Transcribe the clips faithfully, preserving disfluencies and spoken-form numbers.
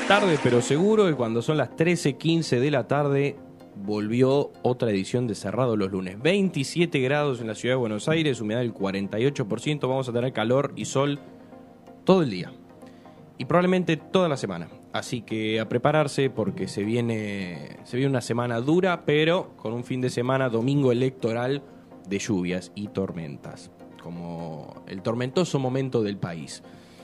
Tarde pero seguro, y cuando son las trece quince de la tarde volvió otra edición de Cerrado los Lunes. veintisiete grados en la ciudad de Buenos Aires, humedad del cuarenta y ocho por ciento, vamos a tener calor y sol todo el día y probablemente toda la semana. Así que a prepararse porque se viene, se viene una semana dura, pero con un fin de semana, domingo electoral, de lluvias y tormentas, como el tormentoso momento del país.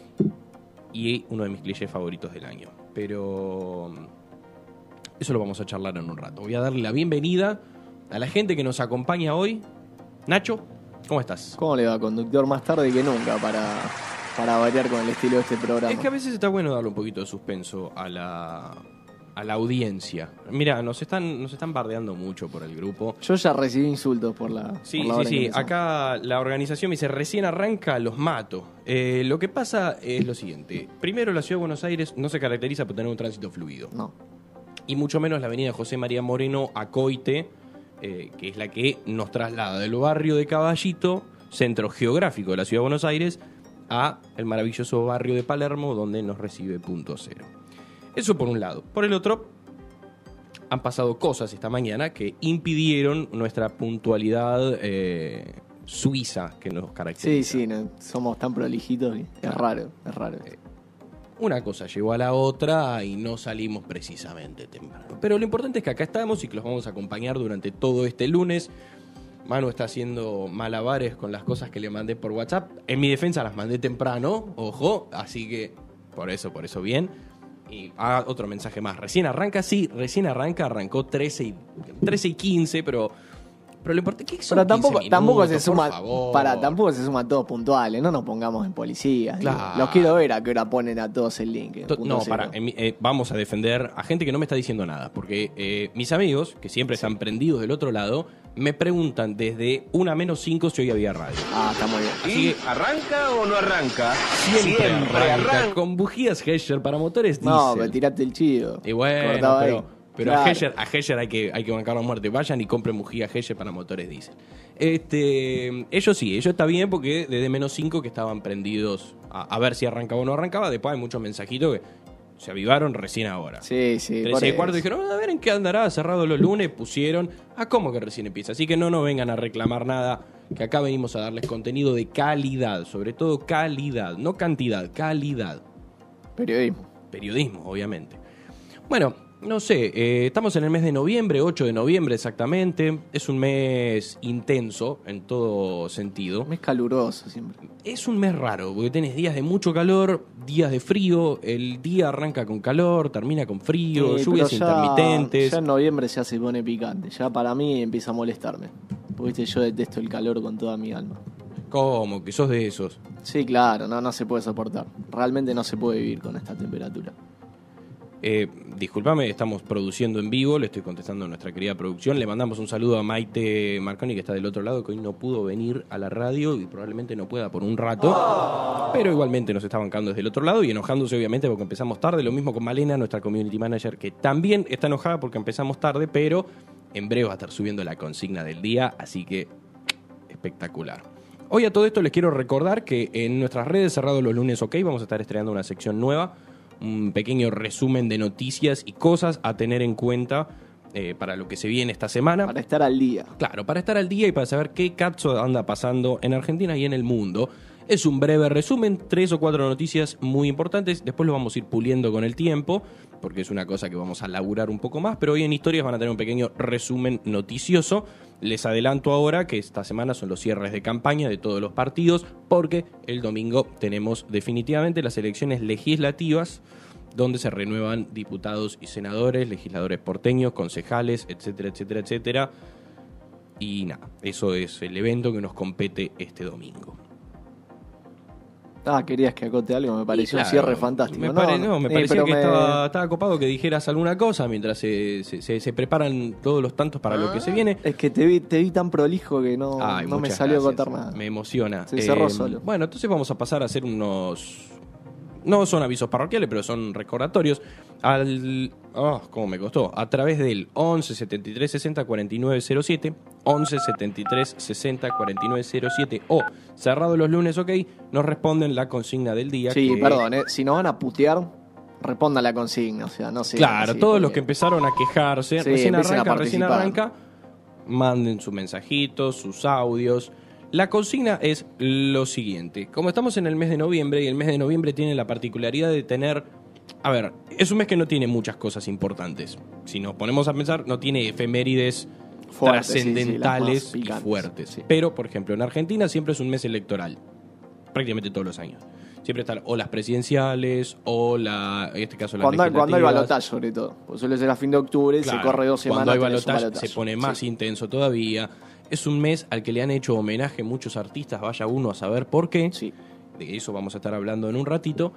Y uno de mis clichés favoritos del año. Pero eso lo vamos a charlar en un rato. Voy a darle la bienvenida a la gente que nos acompaña hoy. Nacho, ¿cómo estás? ¿Cómo le va, conductor? Más tarde que nunca para, para variar con el estilo de este programa. Es que a veces está bueno darle un poquito de suspenso a la, a la audiencia. Mira, nos están, nos están bardeando mucho por el grupo. Yo ya recibí insultos por la Sí, por la sí, hora sí. que empezamos. Acá la organización me dice, recién arranca, los mato. Eh, lo que pasa es lo siguiente. Primero, la ciudad de Buenos Aires no se caracteriza por tener un tránsito fluido. No. Y mucho menos la avenida José María Moreno a Coite, eh, que es la que nos traslada del barrio de Caballito, centro geográfico de la ciudad de Buenos Aires, a el maravilloso barrio de Palermo, donde nos recibe Punto Cero. Eso por un lado. Por el otro, han pasado cosas esta mañana que impidieron nuestra puntualidad eh, suiza que nos Sí, caracteriza. sí, no, somos tan prolijitos y es raro, es raro. Una cosa llevó a la otra y no salimos precisamente temprano. Pero lo importante es que acá estamos y que los vamos a acompañar durante todo este lunes. Manu está haciendo malabares con las cosas que le mandé por WhatsApp. En mi defensa las mandé temprano, ojo, así que por eso, por eso bien. Y ah, otro mensaje más. Recién arranca, sí, recién arranca, arrancó trece y quince, pero... Pero lo importante es que son Pero tampoco, quince tampoco minutos, se suma, por favor. para, tampoco se suman todos puntuales, no nos pongamos en policía. digo. Claro. Los quiero ver a qué hora ponen a todos el link. en To- punto No, cero. para, en mi- eh, vamos a defender a gente que no me está diciendo nada, porque eh, mis amigos, que siempre están prendidos del otro lado, me preguntan desde una menos cinco si hoy había radio. Ah, está muy bien. Así que ¿Arranca o no arranca? siempre, Siempre arranca, arranca. con bujías Hescher para motores No, diésel. pero tirate el chido. Y bueno, Cortaba pero, ahí. pero Claro. a Hescher, a Hescher hay que, hay que bancar la muerte. Vayan y compren bujía Hescher para motores diésel. Este, ellos sí, ellos está bien porque desde menos cinco que estaban prendidos a, a ver si arrancaba o no arrancaba. Después hay muchos mensajitos que se avivaron recién ahora. Sí, sí. por trece y eso. cuarto dijeron, a ver en qué andará, cerrado los lunes, pusieron, ah, ¿cómo que recién empieza? Así que no nos vengan a reclamar nada, que acá venimos a darles contenido de calidad, sobre todo calidad, no cantidad, calidad. Periodismo. Periodismo, obviamente. Bueno, no sé, eh, estamos en el mes de noviembre, ocho de noviembre exactamente, es un mes intenso en todo sentido. Es caluroso siempre. Es un mes raro, porque tenés días de mucho calor, días de frío, el día arranca con calor, termina con frío, Sí, lluvias pero ya- intermitentes. Ya en noviembre ya se pone picante. Ya para mí empieza a molestarme. Porque viste, yo detesto el calor con toda mi alma. ¿Cómo? Que sos de esos. Sí, claro, no, no se puede soportar. Realmente no se puede vivir con esta temperatura. Eh, discúlpame, estamos produciendo en vivo, le estoy contestando a nuestra querida producción. Le mandamos un saludo a Maite Marconi, que está del otro lado, que hoy no pudo venir a la radio y probablemente no pueda por un rato. Pero igualmente nos está bancando desde el otro lado y enojándose obviamente porque empezamos tarde. Lo mismo con Malena, nuestra community manager, que también está enojada porque empezamos tarde, pero en breve va a estar subiendo la consigna del día, así que espectacular. Hoy a todo esto les quiero recordar que en nuestras redes Cerrado los Lunes OK vamos a estar estrenando una sección nueva, un pequeño resumen de noticias y cosas a tener en cuenta eh, para lo que se viene esta semana. Para estar al día. Claro, para estar al día y para saber qué cazzo anda pasando en Argentina y en el mundo. Es un breve resumen, tres o cuatro noticias muy importantes. Después lo vamos a ir puliendo con el tiempo, porque es una cosa que vamos a laburar un poco más. Pero hoy en Historias van a tener un pequeño resumen noticioso. Les adelanto ahora que esta semana son los cierres de campaña de todos los partidos, porque el domingo tenemos definitivamente las elecciones legislativas, donde se renuevan diputados y senadores, legisladores porteños, concejales, etcétera, etcétera, etcétera. Y nada, eso es el evento que nos compete este domingo. Ah, querías que acote algo, me pareció Y un claro, cierre fantástico. Me, no, pare- no, me sí, parecía pero que me- estaba, estaba copado que dijeras alguna cosa mientras se, se, se- se preparan todos los tantos para lo que se viene. Es que te vi, te vi tan prolijo que no, Ay, no me muchas salió gracias. a contar nada. Me emociona. Se cerró solo. Bueno, entonces vamos a pasar a hacer unos... No son avisos parroquiales, pero son recordatorios. Al... Oh, cómo me costó. A través del once setenta y tres sesenta cuarenta y nueve cero siete, once setenta y tres sesenta cuarenta y nueve cero siete o Cerrado los Lunes OK, nos responden la consigna del día. Sí, que- perdón, eh, si nos van a putear, responda la consigna, o sea, no sé. Claro, así, todos porque... los que empezaron a quejarse, Sí, recién empiecen a arranca, recién participar. arranca, manden sus mensajitos, sus audios. La consigna es lo siguiente. Como estamos en el mes de noviembre, y el mes de noviembre tiene la particularidad de tener... A ver, es un mes que no tiene muchas cosas importantes. Si nos ponemos a pensar, no tiene efemérides Fuertes, trascendentales sí, sí, las más y picantes, fuertes. sí. Pero, por ejemplo, en Argentina siempre es un mes electoral. Prácticamente todos los años. Siempre están o las presidenciales o la, en este caso las Cuando, hay- cuando hay legislativas. balotaje, sobre todo. Pues suele ser a fin de octubre, Claro, se corre dos semanas. cuando hay tenés un balotaje balotaje. se pone más Sí. intenso todavía. Es un mes al que le han hecho homenaje muchos artistas, vaya uno a saber por qué. Sí. De eso vamos a estar hablando en un ratito.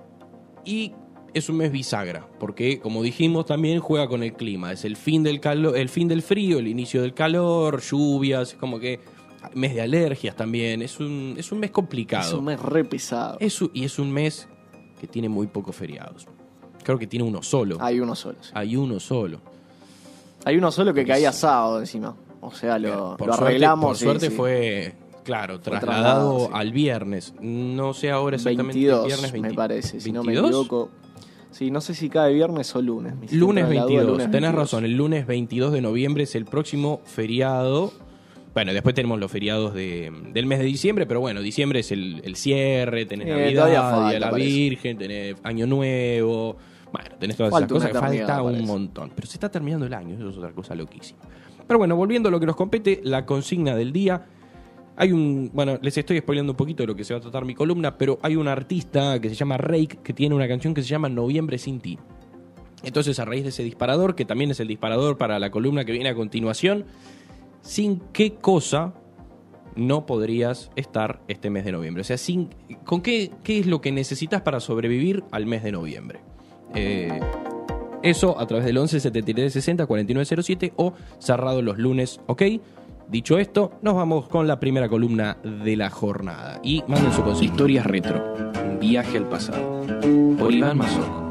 Y es un mes bisagra, porque como dijimos también juega con el clima. Es el fin del calor, el fin del frío, el inicio del calor, lluvias, como que mes de alergias también. Es un, es un mes complicado. Es un mes re pesado. Es un- y es un mes que tiene muy pocos feriados. Creo que tiene uno solo. Hay uno solo. sí. Hay uno solo. Hay uno solo que caía sábado encima. O sea, lo, Por lo suerte- arreglamos. Por sí, suerte sí. fue, claro, Fue trasladado trasladado, sí. al viernes. No sé ahora exactamente. veintidós, viernes me veinte parece, si no me ¿veintidós? equivoco. Sí, no sé si cae viernes o lunes. Me hiciste Lunes traslado al veintidós, lunes tenés veintidós. razón, el lunes veintidós de noviembre es el próximo feriado. Bueno, después tenemos los feriados de, del mes de diciembre, pero bueno, diciembre es el, el cierre, tenés Eh, Navidad, todavía Día falta, de la parece. Virgen, tenés Año Nuevo. Bueno, tenés todas Falta esas cosas, una eternidad, falta un parece. montón. Pero se está terminando el año, eso es otra cosa loquísima. Pero bueno, volviendo a lo que nos compete, la consigna del día. Hay un, bueno, les estoy spoileando un poquito de lo que se va a tratar mi columna, pero hay un artista que se llama Rake, que tiene una canción que se llama Noviembre sin ti. Entonces, a raíz de ese disparador, que también es el disparador para la columna que viene a continuación, ¿sin qué cosa no podrías estar este mes de noviembre? O sea, sin, ¿con qué, qué es lo que necesitas para sobrevivir al mes de noviembre? Eh, eso a través del once setenta y tres sesenta cuarenta y nueve cero siete o cerrado los lunes, ¿ok? Dicho esto, nos vamos con la primera columna de la jornada. Y manden su consejo. Historias retro. Un viaje al pasado. Por Iván Mazoc.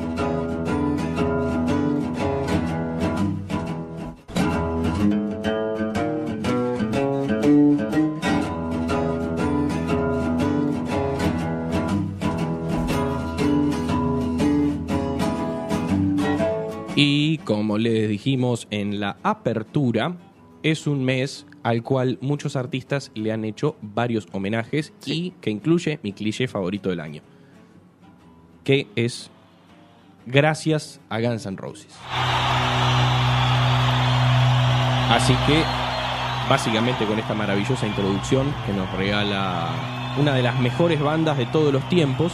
Y como les dijimos en la apertura, es un mes al cual muchos artistas le han hecho varios homenajes y que incluye mi cliché favorito del año, que es gracias a Guns N' Roses. Así que, básicamente con esta maravillosa introducción que nos regala una de las mejores bandas de todos los tiempos,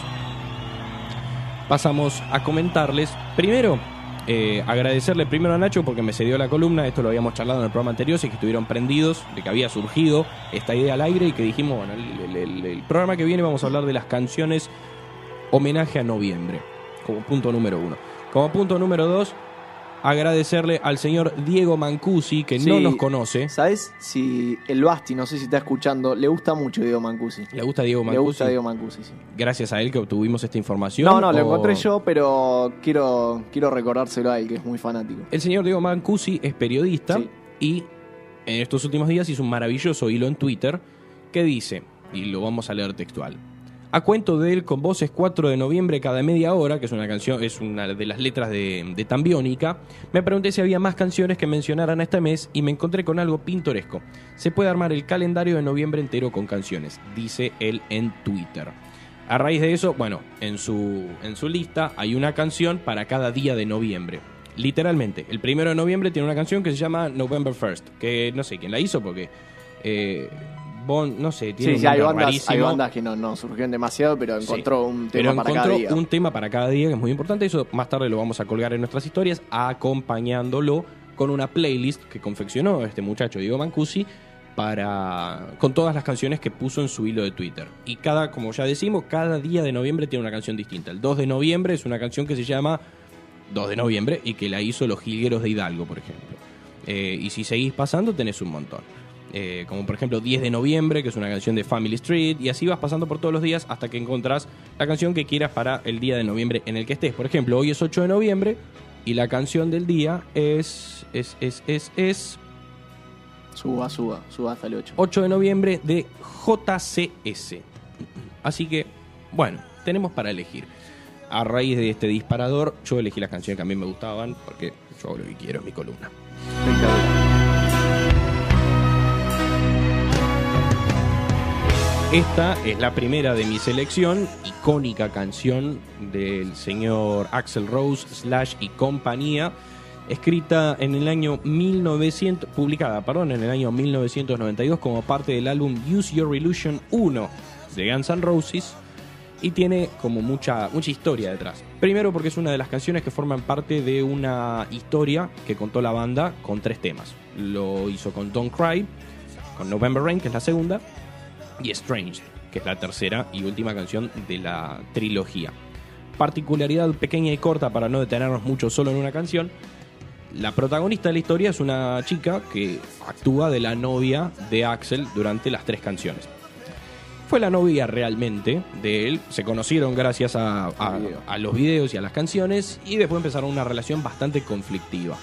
pasamos a comentarles, primero, eh, agradecerle primero a Nacho porque me cedió la columna, esto lo habíamos charlado en el programa anterior, y que estuvieron prendidos de que había surgido esta idea al aire y que dijimos, bueno, el, el- el- el programa que viene vamos a hablar de las canciones homenaje a noviembre, como punto número uno. Como punto número dos, agradecerle al señor Diego Mancusi, que Sí. no nos conoce. ¿Sabes? Si el Basti, no sé si está escuchando, le gusta mucho Diego Mancusi. ¿Le gusta Diego Le Mancusi? gusta Diego Mancusi, sí. Gracias a él que obtuvimos esta información. No, no, lo o- encontré yo, pero quiero, quiero recordárselo a él, que es muy fanático. El señor Diego Mancusi es periodista Sí. y en estos últimos días hizo un maravilloso hilo en Twitter que dice, y lo vamos a leer textual: a cuento de él con voces cuatro de noviembre cada media hora, que es una canción, es una de las letras de, de Tambiónica, me pregunté si había más canciones que mencionaran a este mes y me encontré con algo pintoresco. Se puede armar el calendario de noviembre entero con canciones, dice él en Twitter. A raíz de eso, bueno, en su, en su lista hay una canción para cada día de noviembre. Literalmente, el primero de noviembre tiene una canción que se llama November first, que no sé quién la hizo porque... Eh, Bon, no sé, tiene Sí, un sí, hay nombre bandas, rarísimo. hay bandas que no, no surgieron demasiado, pero encontró un tema Pero para encontró cada día. un tema para cada día que es muy importante. Eso más tarde lo vamos a colgar en nuestras historias, acompañándolo con una playlist que confeccionó este muchacho Diego Mancusi para con todas las canciones que puso en su hilo de Twitter. Y cada, como ya decimos, cada día de noviembre tiene una canción distinta. El dos de noviembre es una canción que se llama dos de noviembre y que la hizo Los Jilgueros de Hidalgo, por ejemplo. Eh, y si seguís pasando tenés un montón. Eh, como por ejemplo diez de noviembre, que es una canción de Family Street, y así vas pasando por todos los días hasta que encontrás la canción que quieras para el día de noviembre en el que estés. Por ejemplo, hoy es ocho de noviembre y la canción del día es es es es es Suba, suba, suba hasta el ocho. ocho de noviembre de J C S. Así que, bueno, tenemos para elegir. a raíz de este disparador, yo elegí las canciones que a mí me gustaban, porque yo hago lo que quiero en mi columna. Esta es la primera de mi selección, icónica canción del señor Axl Rose, Slash y compañía, escrita en el año mil novecientos, publicada, perdón, en el año mil novecientos noventa y dos como parte del álbum Use Your Illusion uno de Guns N' Roses, y tiene como mucha, mucha historia detrás. Primero porque es una de las canciones que forman parte de una historia que contó la banda con tres temas. Lo hizo con Don't Cry, con November Rain, que es la segunda, y Strange, que es la tercera y última canción de la trilogía. Particularidad pequeña y corta para no detenernos mucho solo en una canción: la protagonista de la historia es una chica que actúa de la novia de Axl durante las tres canciones. Fue la novia realmente de él, se conocieron gracias a, a, a los videos y a las canciones, y después empezaron una relación bastante conflictiva.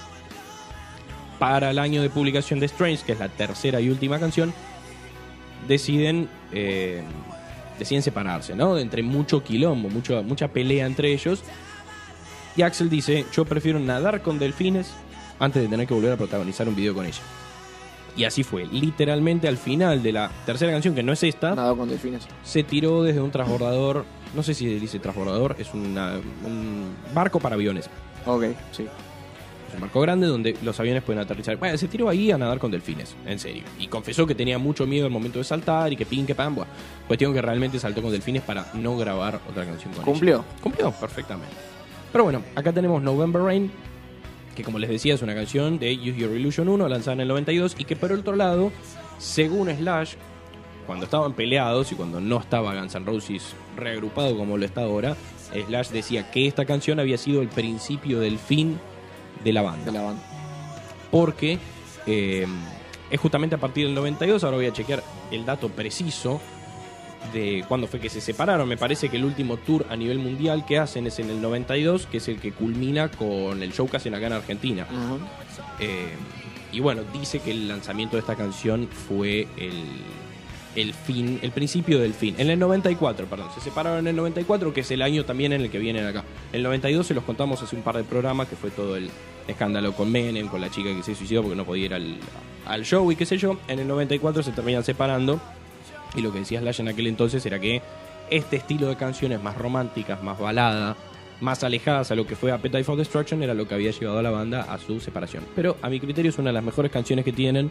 Para el año de publicación de Strange, que es la tercera y última canción, deciden eh, deciden separarse, ¿no? Entre mucho quilombo, mucho, mucha pelea entre ellos. Y Axl dice: yo prefiero nadar con delfines antes de tener que volver a protagonizar un video con ella. Y así fue. Literalmente al final de la tercera canción, que no es esta, Nadado con delfines. se tiró desde un transbordador. No sé si dice transbordador, es una, un barco para aviones. Ok, sí. Es un barco grande donde los aviones pueden aterrizar. Bueno, se tiró ahí a nadar con delfines, en serio. Y confesó que tenía mucho miedo al momento de saltar y que pin, que pan. Buah. Cuestión que realmente saltó con delfines para no grabar otra canción con ¿Cumplió? ella. Cumplió, perfectamente. Pero bueno, acá tenemos November Rain, que como les decía es una canción de Use Your Illusion uno, lanzada en el noventa y dos, y que por otro lado, según Slash, cuando estaban peleados y cuando no estaba Guns N' Roses reagrupado como lo está ahora, Slash decía que esta canción había sido el principio del fin de la banda. De la banda. Porque eh, es justamente a partir del noventa y dos, ahora voy a chequear el dato preciso de cuándo fue que se separaron. Me parece que el último tour a nivel mundial que hacen es en el noventa y dos, que es el que culmina con el show que hacen acá en Argentina. Uh-huh. Eh, y bueno, dice que el lanzamiento de esta canción fue el, el fin, el principio del fin. En el noventa y cuatro, perdón, se separaron en el noventa y cuatro, que es el año también en el que vienen acá. En el noventa y dos se los contamos hace un par de programas, que fue todo el escándalo con Menem, con la chica que se suicidó porque no podía ir al, al show y qué sé yo. En el noventa y cuatro se terminan separando. Y lo que decía Slash en aquel entonces era que este estilo de canciones más románticas, más balada, más alejadas a lo que fue Appetite for Destruction, era lo que había llevado a la banda a su separación. Pero a mi criterio es una de las mejores canciones que tienen.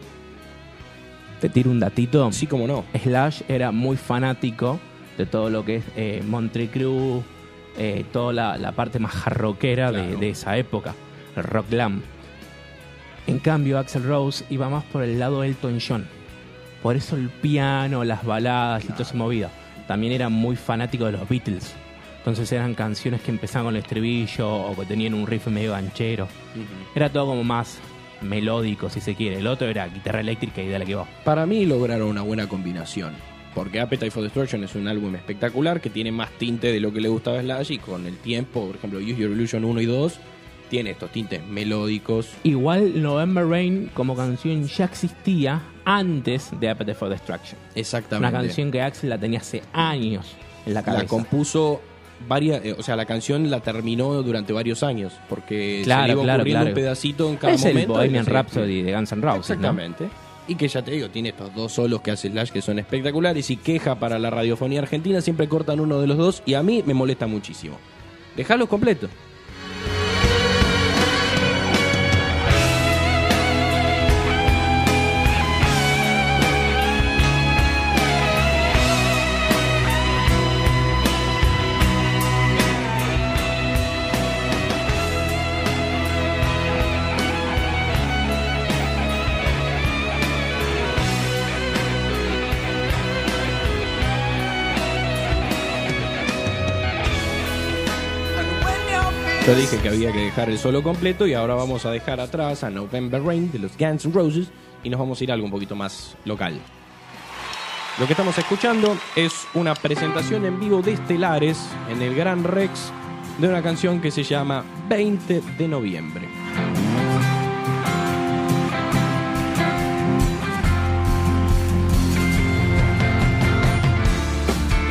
Te tiro un datito. Sí, como no. Slash era muy fanático de todo lo que es eh, Motley Crue, eh, toda la, la parte más jarroquera Claro. de, de esa época, el rock glam. En cambio, Axl Rose iba más por el lado de Elton John. Por eso el piano, las baladas Claro. y toda esa movida. También era muy fanático de los Beatles. Entonces eran canciones que empezaban con el estribillo o que tenían un riff medio ganchero. Uh-huh. Era todo como más melódico, si se quiere. El otro era guitarra eléctrica y dale que va. Para mí lograron una buena combinación. Porque Appetite for Destruction es un álbum espectacular que tiene más tinte de lo que le gustaba a Slash, y con el tiempo, por ejemplo, Use Your Illusion uno y dos tiene estos tintes melódicos. Igual November Rain como canción ya existía antes de Appetite for Destruction. Exactamente. Una canción que Axl la tenía hace años en la cabeza. La compuso varias, eh, o sea, la canción la terminó durante varios años, porque Claro, se le iba claro, ocurriendo claro. un pedacito en cada Es el momento. Bohemian y así, Rhapsody de Guns N' Roses, ¿no? exactamente. Y que ya te digo, tiene estos dos solos que hace Slash que son espectaculares, y queja para la radiofonía argentina, siempre cortan uno de los dos y a mí me molesta muchísimo. Dejalos completos. Yo dije que había que dejar el solo completo, y ahora vamos a dejar atrás a November Rain de los Guns N' Roses y nos vamos a ir a algo un poquito más local. Lo que estamos escuchando es una presentación en vivo de Estelares en el Gran Rex de una canción que se llama veinte de noviembre.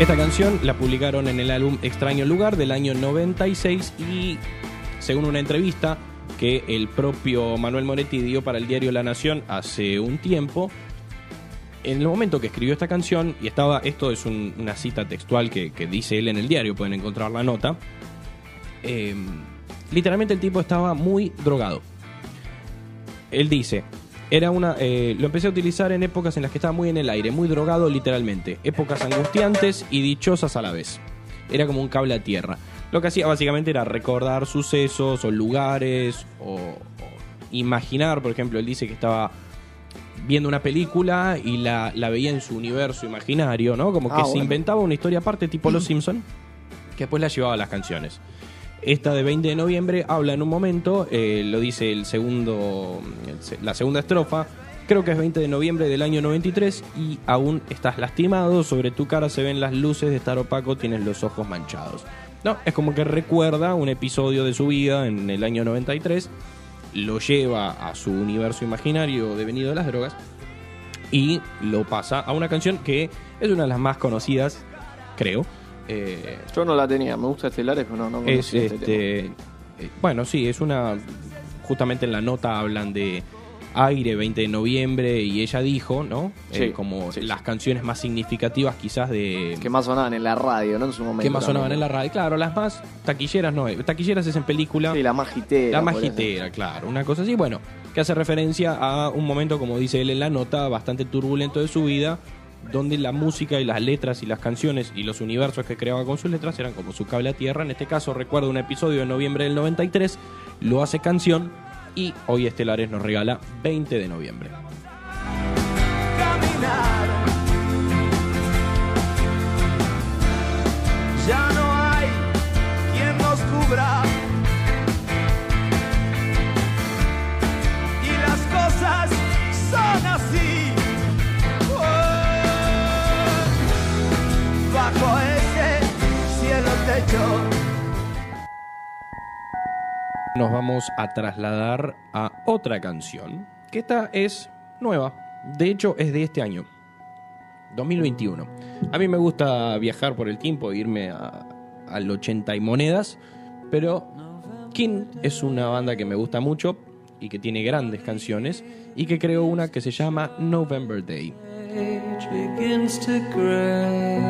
Esta canción la publicaron en el álbum Extraño Lugar del año noventa y seis y según una entrevista que el propio Manuel Moretti dio para el diario La Nación hace un tiempo, en el momento que escribió esta canción, y estaba, esto es un, una cita textual que, que dice él en el diario, pueden encontrar la nota, eh, literalmente el tipo estaba muy drogado. Él dice, era una, eh, lo empecé a utilizar en épocas en las que estaba muy en el aire, muy drogado literalmente, épocas angustiantes y dichosas a la vez. Era como un cable a tierra. Lo que hacía básicamente era recordar sucesos o lugares o, o imaginar, por ejemplo, él dice que estaba viendo una película y la, la veía en su universo imaginario, ¿no? Como que ah, se bueno. inventaba una historia aparte tipo Los Simpson, que después la llevaba a las canciones. Esta de veinte de noviembre habla en un momento, eh, lo dice el segundo, el, la segunda estrofa, creo que es veinte de noviembre del año noventa y tres y aún estás lastimado, sobre tu cara se ven las luces de estar opaco, tienes los ojos manchados. No, es como que recuerda un episodio de su vida en el año noventa y tres, lo lleva a su universo imaginario devenido de las drogas y lo pasa a una canción que es una de las más conocidas, creo. Eh, Yo no la tenía, me gusta Estelares, pero no, no es conocía este este tema. eh, bueno, sí, es una, justamente en la nota hablan de aire, veinte de noviembre, y ella dijo, ¿no? Sí, Eh, como sí, las sí. canciones más significativas quizás de Que más sonaban en la radio, ¿no? En su momento. que más sonaban también. en la radio. Claro, las más taquilleras no, taquilleras es en película. Sí, la más hitera. La más por eso. hitera, claro, una cosa así, bueno, que hace referencia a un momento, como dice él en la nota, bastante turbulento de su vida, donde la música y las letras y las canciones y los universos que creaba con sus letras eran como su cable a tierra. En este caso, recuerdo un episodio de noviembre del noventa y tres, lo hace canción y hoy Estelares nos regala veinte de noviembre. Caminar. Ya no hay quien nos cubra. Y las cosas son así. Oh, bajo ese cielo techo. Nos vamos a trasladar a otra canción, que esta es nueva, de hecho es de este año, dos mil veintiuno. A mí me gusta viajar por el tiempo, irme a, al ochenta y monedas, pero King es una banda que me gusta mucho y que tiene grandes canciones y que creó una que se llama November Day. Begins to grade.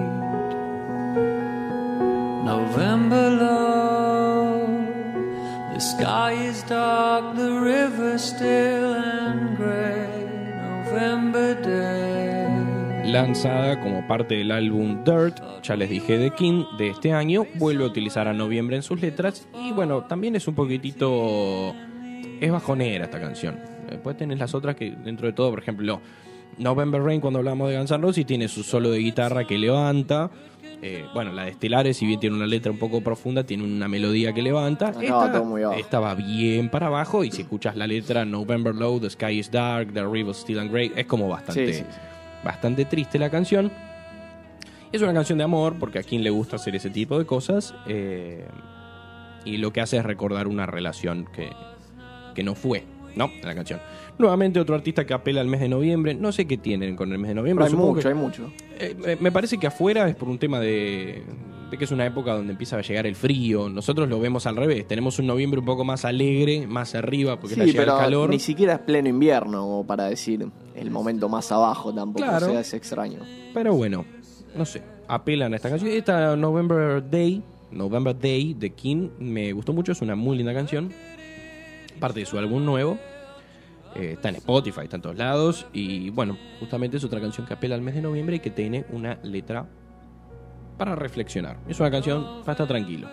November low, the sky is dark, the river still and gray. November day. Lanzada como parte del álbum Dirt, ya les dije, de King de este año, vuelve a utilizar a noviembre en sus letras y bueno, también es un poquitito, es bajonera esta canción. Después tenés las otras que dentro de todo, por ejemplo, November Rain, cuando hablamos de Guns N' Roses, tiene su solo de guitarra que levanta. Eh, bueno, la de Estelares, si bien tiene una letra un poco profunda, tiene una melodía que levanta. Acaba Esta, todo muy abajo. esta va bien para abajo y si escuchas la letra November Low, The Sky is Dark, The River's Still and Grey, es como bastante, Sí, sí, sí. bastante triste la canción. Es una canción de amor porque a quien le gusta hacer ese tipo de cosas eh, y lo que hace es recordar una relación que, que no fue, ¿no? En la canción. Nuevamente otro artista que apela al mes de noviembre. No sé qué tienen con el mes de noviembre. Pero hay Supongo mucho, que- hay mucho. eh, me- me parece que afuera es por un tema de, de que es una época donde empieza a llegar el frío. Nosotros lo vemos al revés. Tenemos un noviembre un poco más alegre, más arriba, porque está Sí, llega pero el calor. ni siquiera es pleno invierno, como para decir el momento más abajo tampoco. Claro. O sea, es extraño. Pero bueno, no sé. Apelan a esta canción. Esta November Day, November Day de King, me gustó mucho. Es una muy linda canción. Parte de su álbum nuevo. Eh, está en Spotify, está en todos lados. Y bueno, justamente es otra canción que apela al mes de noviembre y que tiene una letra para reflexionar. Es una canción para estar tranquilo.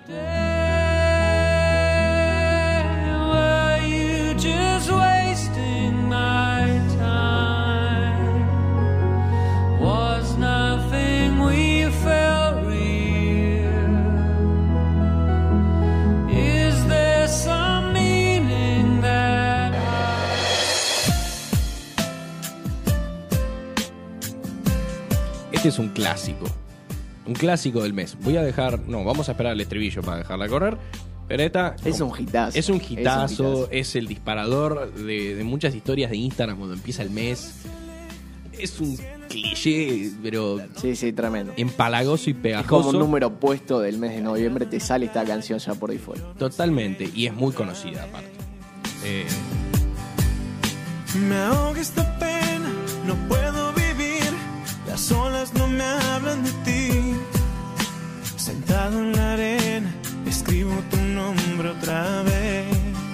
Were you just wasting my time? Was nothing we felt real? Is there some meaning that Este es un clásico. Un clásico del mes. Voy a dejar... No, vamos a esperar el estribillo para dejarla correr. Pero esta... Es un hitazo. Es un hitazo, hitazo. es el disparador de, de muchas historias de Instagram cuando empieza el mes. Es un cliché, pero Sí, sí, tremendo. empalagoso y Es pegajoso. como un número puesto del mes de noviembre, te sale esta canción ya por default. Totalmente, y es muy conocida aparte. Eh, Me ahoga esta pena, no puedo vivir. Las olas no me hablan de ti. Sentado en la arena, escribo tu nombre otra vez.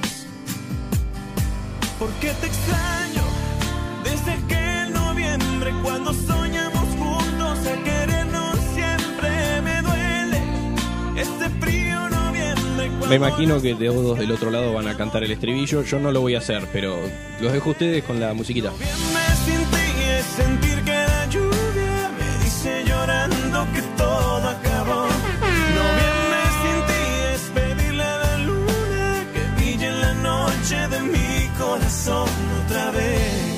Porque te extraño desde aquel noviembre cuando soñamos juntos a querernos siempre. Me duele este frío noviembre cuando me imagino que todos del otro lado van a cantar el estribillo. Yo no lo voy a hacer, pero los dejo a ustedes con la musiquita. noviembre sin ti es sentir que la lluvia me dice llorando que todo acabó. Noviembre sin ti es pedirle a la luna que brille en la noche de mi corazón otra vez.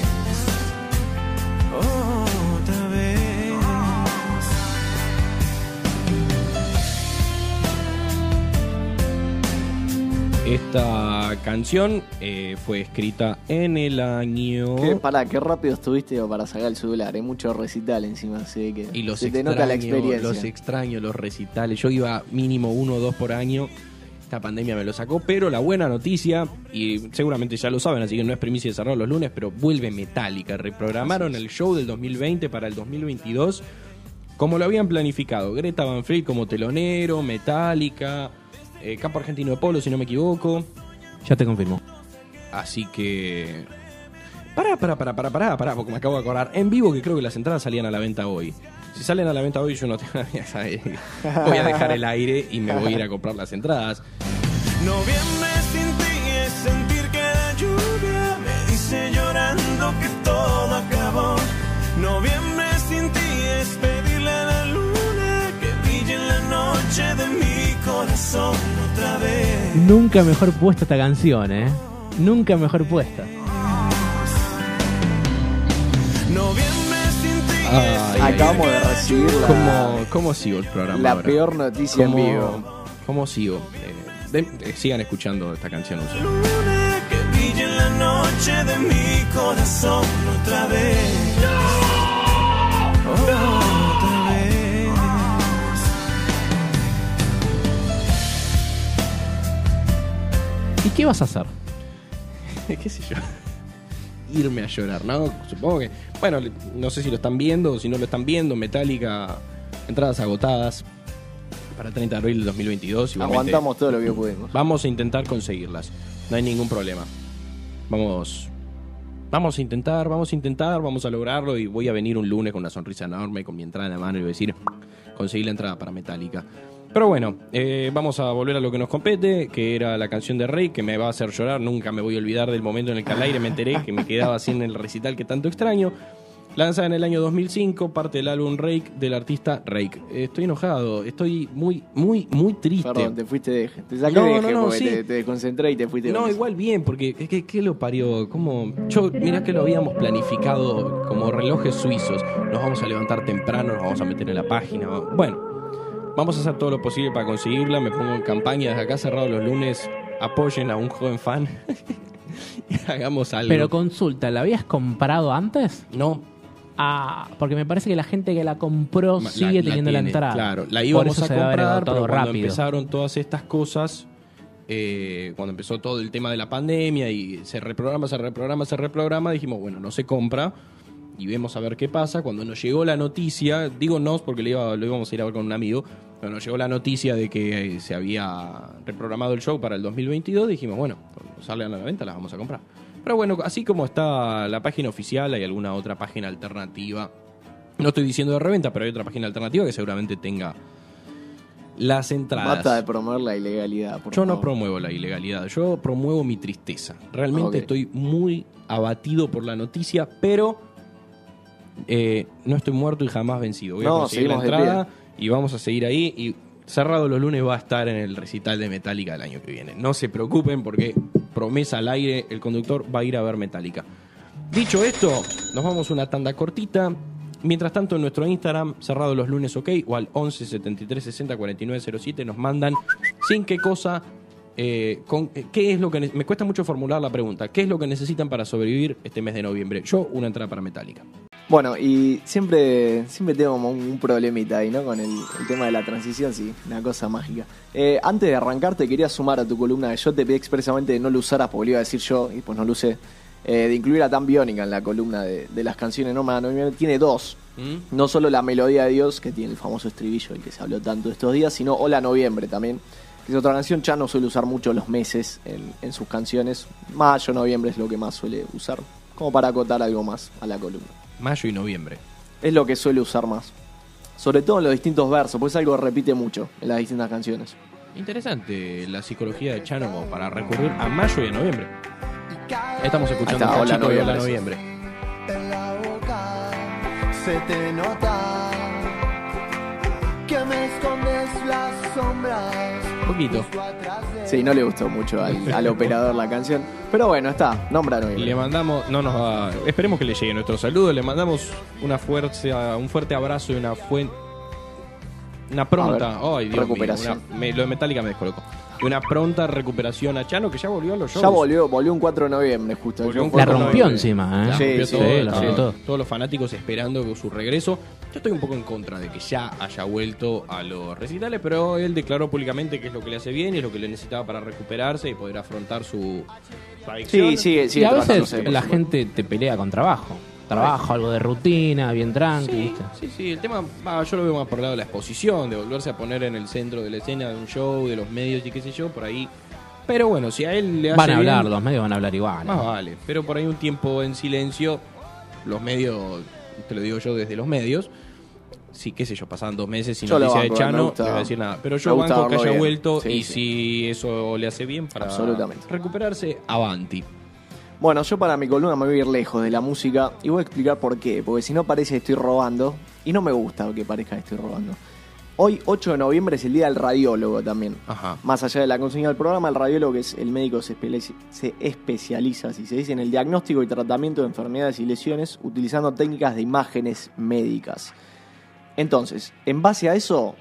Otra vez. Esta canción eh, fue escrita en el año... ¿Qué, pará, qué rápido estuviste para sacar el celular. Hay mucho recital encima, sé que Y los se te extraño, nota la experiencia. los extraño, los recitales. Yo iba mínimo uno o dos por año. Esta pandemia me lo sacó, pero la buena noticia, y seguramente ya lo saben, así que no es primicia de cerrar los lunes, pero vuelve Metallica. Reprogramaron el show del dos mil veinte para el dos mil veintidós, como lo habían planificado. Greta Van Fleet como telonero, Metallica, eh, Campo Argentino de Polo, si no me equivoco. Ya te confirmo. Así que... Pará, pará, pará, pará, pará, pará, porque me acabo de acordar. En vivo que creo que las entradas salían a la venta hoy. Si salen a la venta hoy yo no tengo... Voy a dejar el aire y me voy a ir a comprar las entradas. Noviembre sin ti es sentir que la lluvia me dice llorando que todo acabó. Noviembre sin ti es pedirle a la luna que brille en la noche de mi corazón otra vez. Nunca mejor puesta esta canción, ¿eh? Nunca mejor puesta. Noviembre sin ti Ay, es ay, Acabamos de recibir la, ¿Cómo, cómo sigo el programa la ahora? peor noticia en ¿Cómo, vivo. ¿Cómo sigo? Eh, de- eh, sigan escuchando esta canción. No sé. luna que brille en la noche de mi corazón otra vez. Otra vez. ¿Y qué vas a hacer? ¿Qué sé yo? Irme a llorar, ¿no? Supongo que... Bueno, le- no sé si lo están viendo o si no lo están viendo. Metallica, entradas agotadas para el treinta de abril del dos mil veintidós. Igualmente, Aguantamos todo lo que pudimos. vamos a intentar conseguirlas. No hay ningún problema. Vamos... Vamos a intentar, vamos a intentar, vamos a lograrlo. Y voy a venir un lunes con una sonrisa enorme, con mi entrada en la mano y voy a decir... Conseguí la entrada para Metallica. Pero bueno, eh, vamos a volver a lo que nos compete, que era la canción de Rey, que me va a hacer llorar. Nunca me voy a olvidar del momento en el que al aire me enteré que me quedaba sin el recital que tanto extraño. Lanzada en el año dos mil cinco, parte del álbum Rake del artista Rake. Eh, estoy enojado, estoy muy, muy, muy triste. Perdón, te fuiste de eje. Te saqué No, de no, eje no, porque sí. te, te desconcentré y te fuiste No, con eso. igual bien, porque es que ¿qué lo parió? ¿Cómo? Yo, mirá que lo habíamos planificado como relojes suizos. Nos vamos a levantar temprano, nos vamos a meter en la página. Bueno, vamos a hacer todo lo posible para conseguirla. Me pongo en campaña desde acá cerrado los lunes. Apoyen a un joven fan y hagamos algo. Pero consulta, ¿la habías comprado antes? no, Ah, porque me parece que la gente que la compró la- sigue la teniendo la tiene, entrada. Claro, la Por íbamos eso a se debe haber comprar, agotado pero cuando rápido. empezaron todas estas cosas, eh, cuando empezó todo el tema de la pandemia y se reprograma, se reprograma, se reprograma, dijimos, bueno, no se compra y vemos a ver qué pasa. Cuando nos llegó la noticia, digo nos porque lo, iba, lo íbamos a ir a ver con un amigo, cuando nos llegó la noticia de que eh, se había reprogramado el show para el dos mil veintidós, dijimos, bueno, cuando salgan a la venta las vamos a comprar. Pero bueno, así como está la página oficial, hay alguna otra página alternativa. No estoy diciendo de reventa, pero hay otra página alternativa que seguramente tenga las entradas. Basta de promover la ilegalidad, por Yo no favor. promuevo la ilegalidad, yo promuevo mi tristeza. Realmente Ok. estoy muy abatido por la noticia, pero eh, no estoy muerto y jamás vencido. Voy a No, conseguir la seguimos de entrada y vamos a seguir ahí. Y cerrado los lunes va a estar en el recital de Metallica el año que viene. No se preocupen porque promesa al aire, el conductor va a ir a ver Metallica. Dicho esto, nos vamos a una tanda cortita. Mientras tanto, en nuestro Instagram, cerrado los lunes ok, o al once setenta y tres sesenta cuarenta y nueve cero siete, nos mandan sin qué cosa, eh, con, eh, qué es lo que... ne- Me cuesta mucho formular la pregunta. ¿Qué es lo que necesitan para sobrevivir este mes de noviembre? Yo, una entrada para Metallica. Bueno, y siempre siempre tengo como un, un problemita ahí, ¿no? Con el, el tema de la transición, sí, una cosa mágica. Eh, antes de arrancar, te quería sumar a tu columna que yo te pedí expresamente de no lo usaras porque lo iba a decir yo y pues no lo usé. Eh, de incluir a Tan Biónica en la columna de, de las canciones, no, no, tiene dos. ¿Mm? No solo la melodía de Dios, que tiene el famoso estribillo, el que se habló tanto estos días, sino Hola Noviembre también, que es otra canción. Ya no suele usar mucho los meses en, en sus canciones. Mayo, noviembre es lo que más suele usar, como para acotar algo más a la columna. Mayo y noviembre. Es lo que suele usar más. Sobre todo en los distintos versos, pues es algo que repite mucho en las distintas canciones. Interesante la psicología de Chano como para recurrir a mayo y a noviembre. Estamos escuchando está, a Hola Chico de Hola Noviembre. Noviembre. En la boca se te nota que me escondes las sombras. Poquito. Sí, no le gustó mucho al, al operador la canción. Pero bueno, está, nombra noviembre. Le mandamos, no nos va, esperemos que le llegue nuestro saludo. Le mandamos una fuerza, un fuerte abrazo y una fuente, una pronta, ay Dios recuperación. mío, una, me, lo de Metallica me descolocó. Y una pronta recuperación a Chano, que ya volvió a los shows. Ya volvió, volvió un cuatro de noviembre justo. Volvió un La cuatro de rompió noviembre. encima, ¿eh? La Sí, rompió sí, todo, sí, la sí. rompió todo. Todos los fanáticos esperando su regreso. Yo estoy un poco en contra de que ya haya vuelto a los recitales, pero él declaró públicamente que es lo que le hace bien y es lo que le necesitaba para recuperarse y poder afrontar su, su adicción. Sí, sigue, Y sigue a veces tratándose, por la supuesto. gente te pelea con trabajo. Trabajo, algo de rutina, bien tranqui, Sí, ¿viste? sí, sí, el tema, va, yo lo veo más por el lado de la exposición, de volverse a poner en el centro de la escena de un show, de los medios y qué sé yo, por ahí. Pero bueno, si a él le hace Van a hablar, bien, los medios van a hablar igual. más vale. Pero por ahí un tiempo en silencio, los medios, te lo digo yo desde los medios, sí, qué sé yo, pasaban dos meses sin Yo lo noticia de banco, me Chano, gusta- no voy a decir nada. Pero me yo gusta banco que verlo haya bien. vuelto Sí, y sí. si eso le hace bien para Absolutamente. recuperarse, avanti. Bueno, yo para mi columna me voy a ir lejos de la música y voy a explicar por qué. Porque si no parece que estoy robando, y no me gusta que parezca que estoy robando. Hoy, ocho de noviembre, es el día del radiólogo también. Ajá. Más allá de la consigna del programa, el radiólogo, que es el médico que se, espe- se especializa, si se dice, en el diagnóstico y tratamiento de enfermedades y lesiones utilizando técnicas de imágenes médicas. Entonces, en base a eso,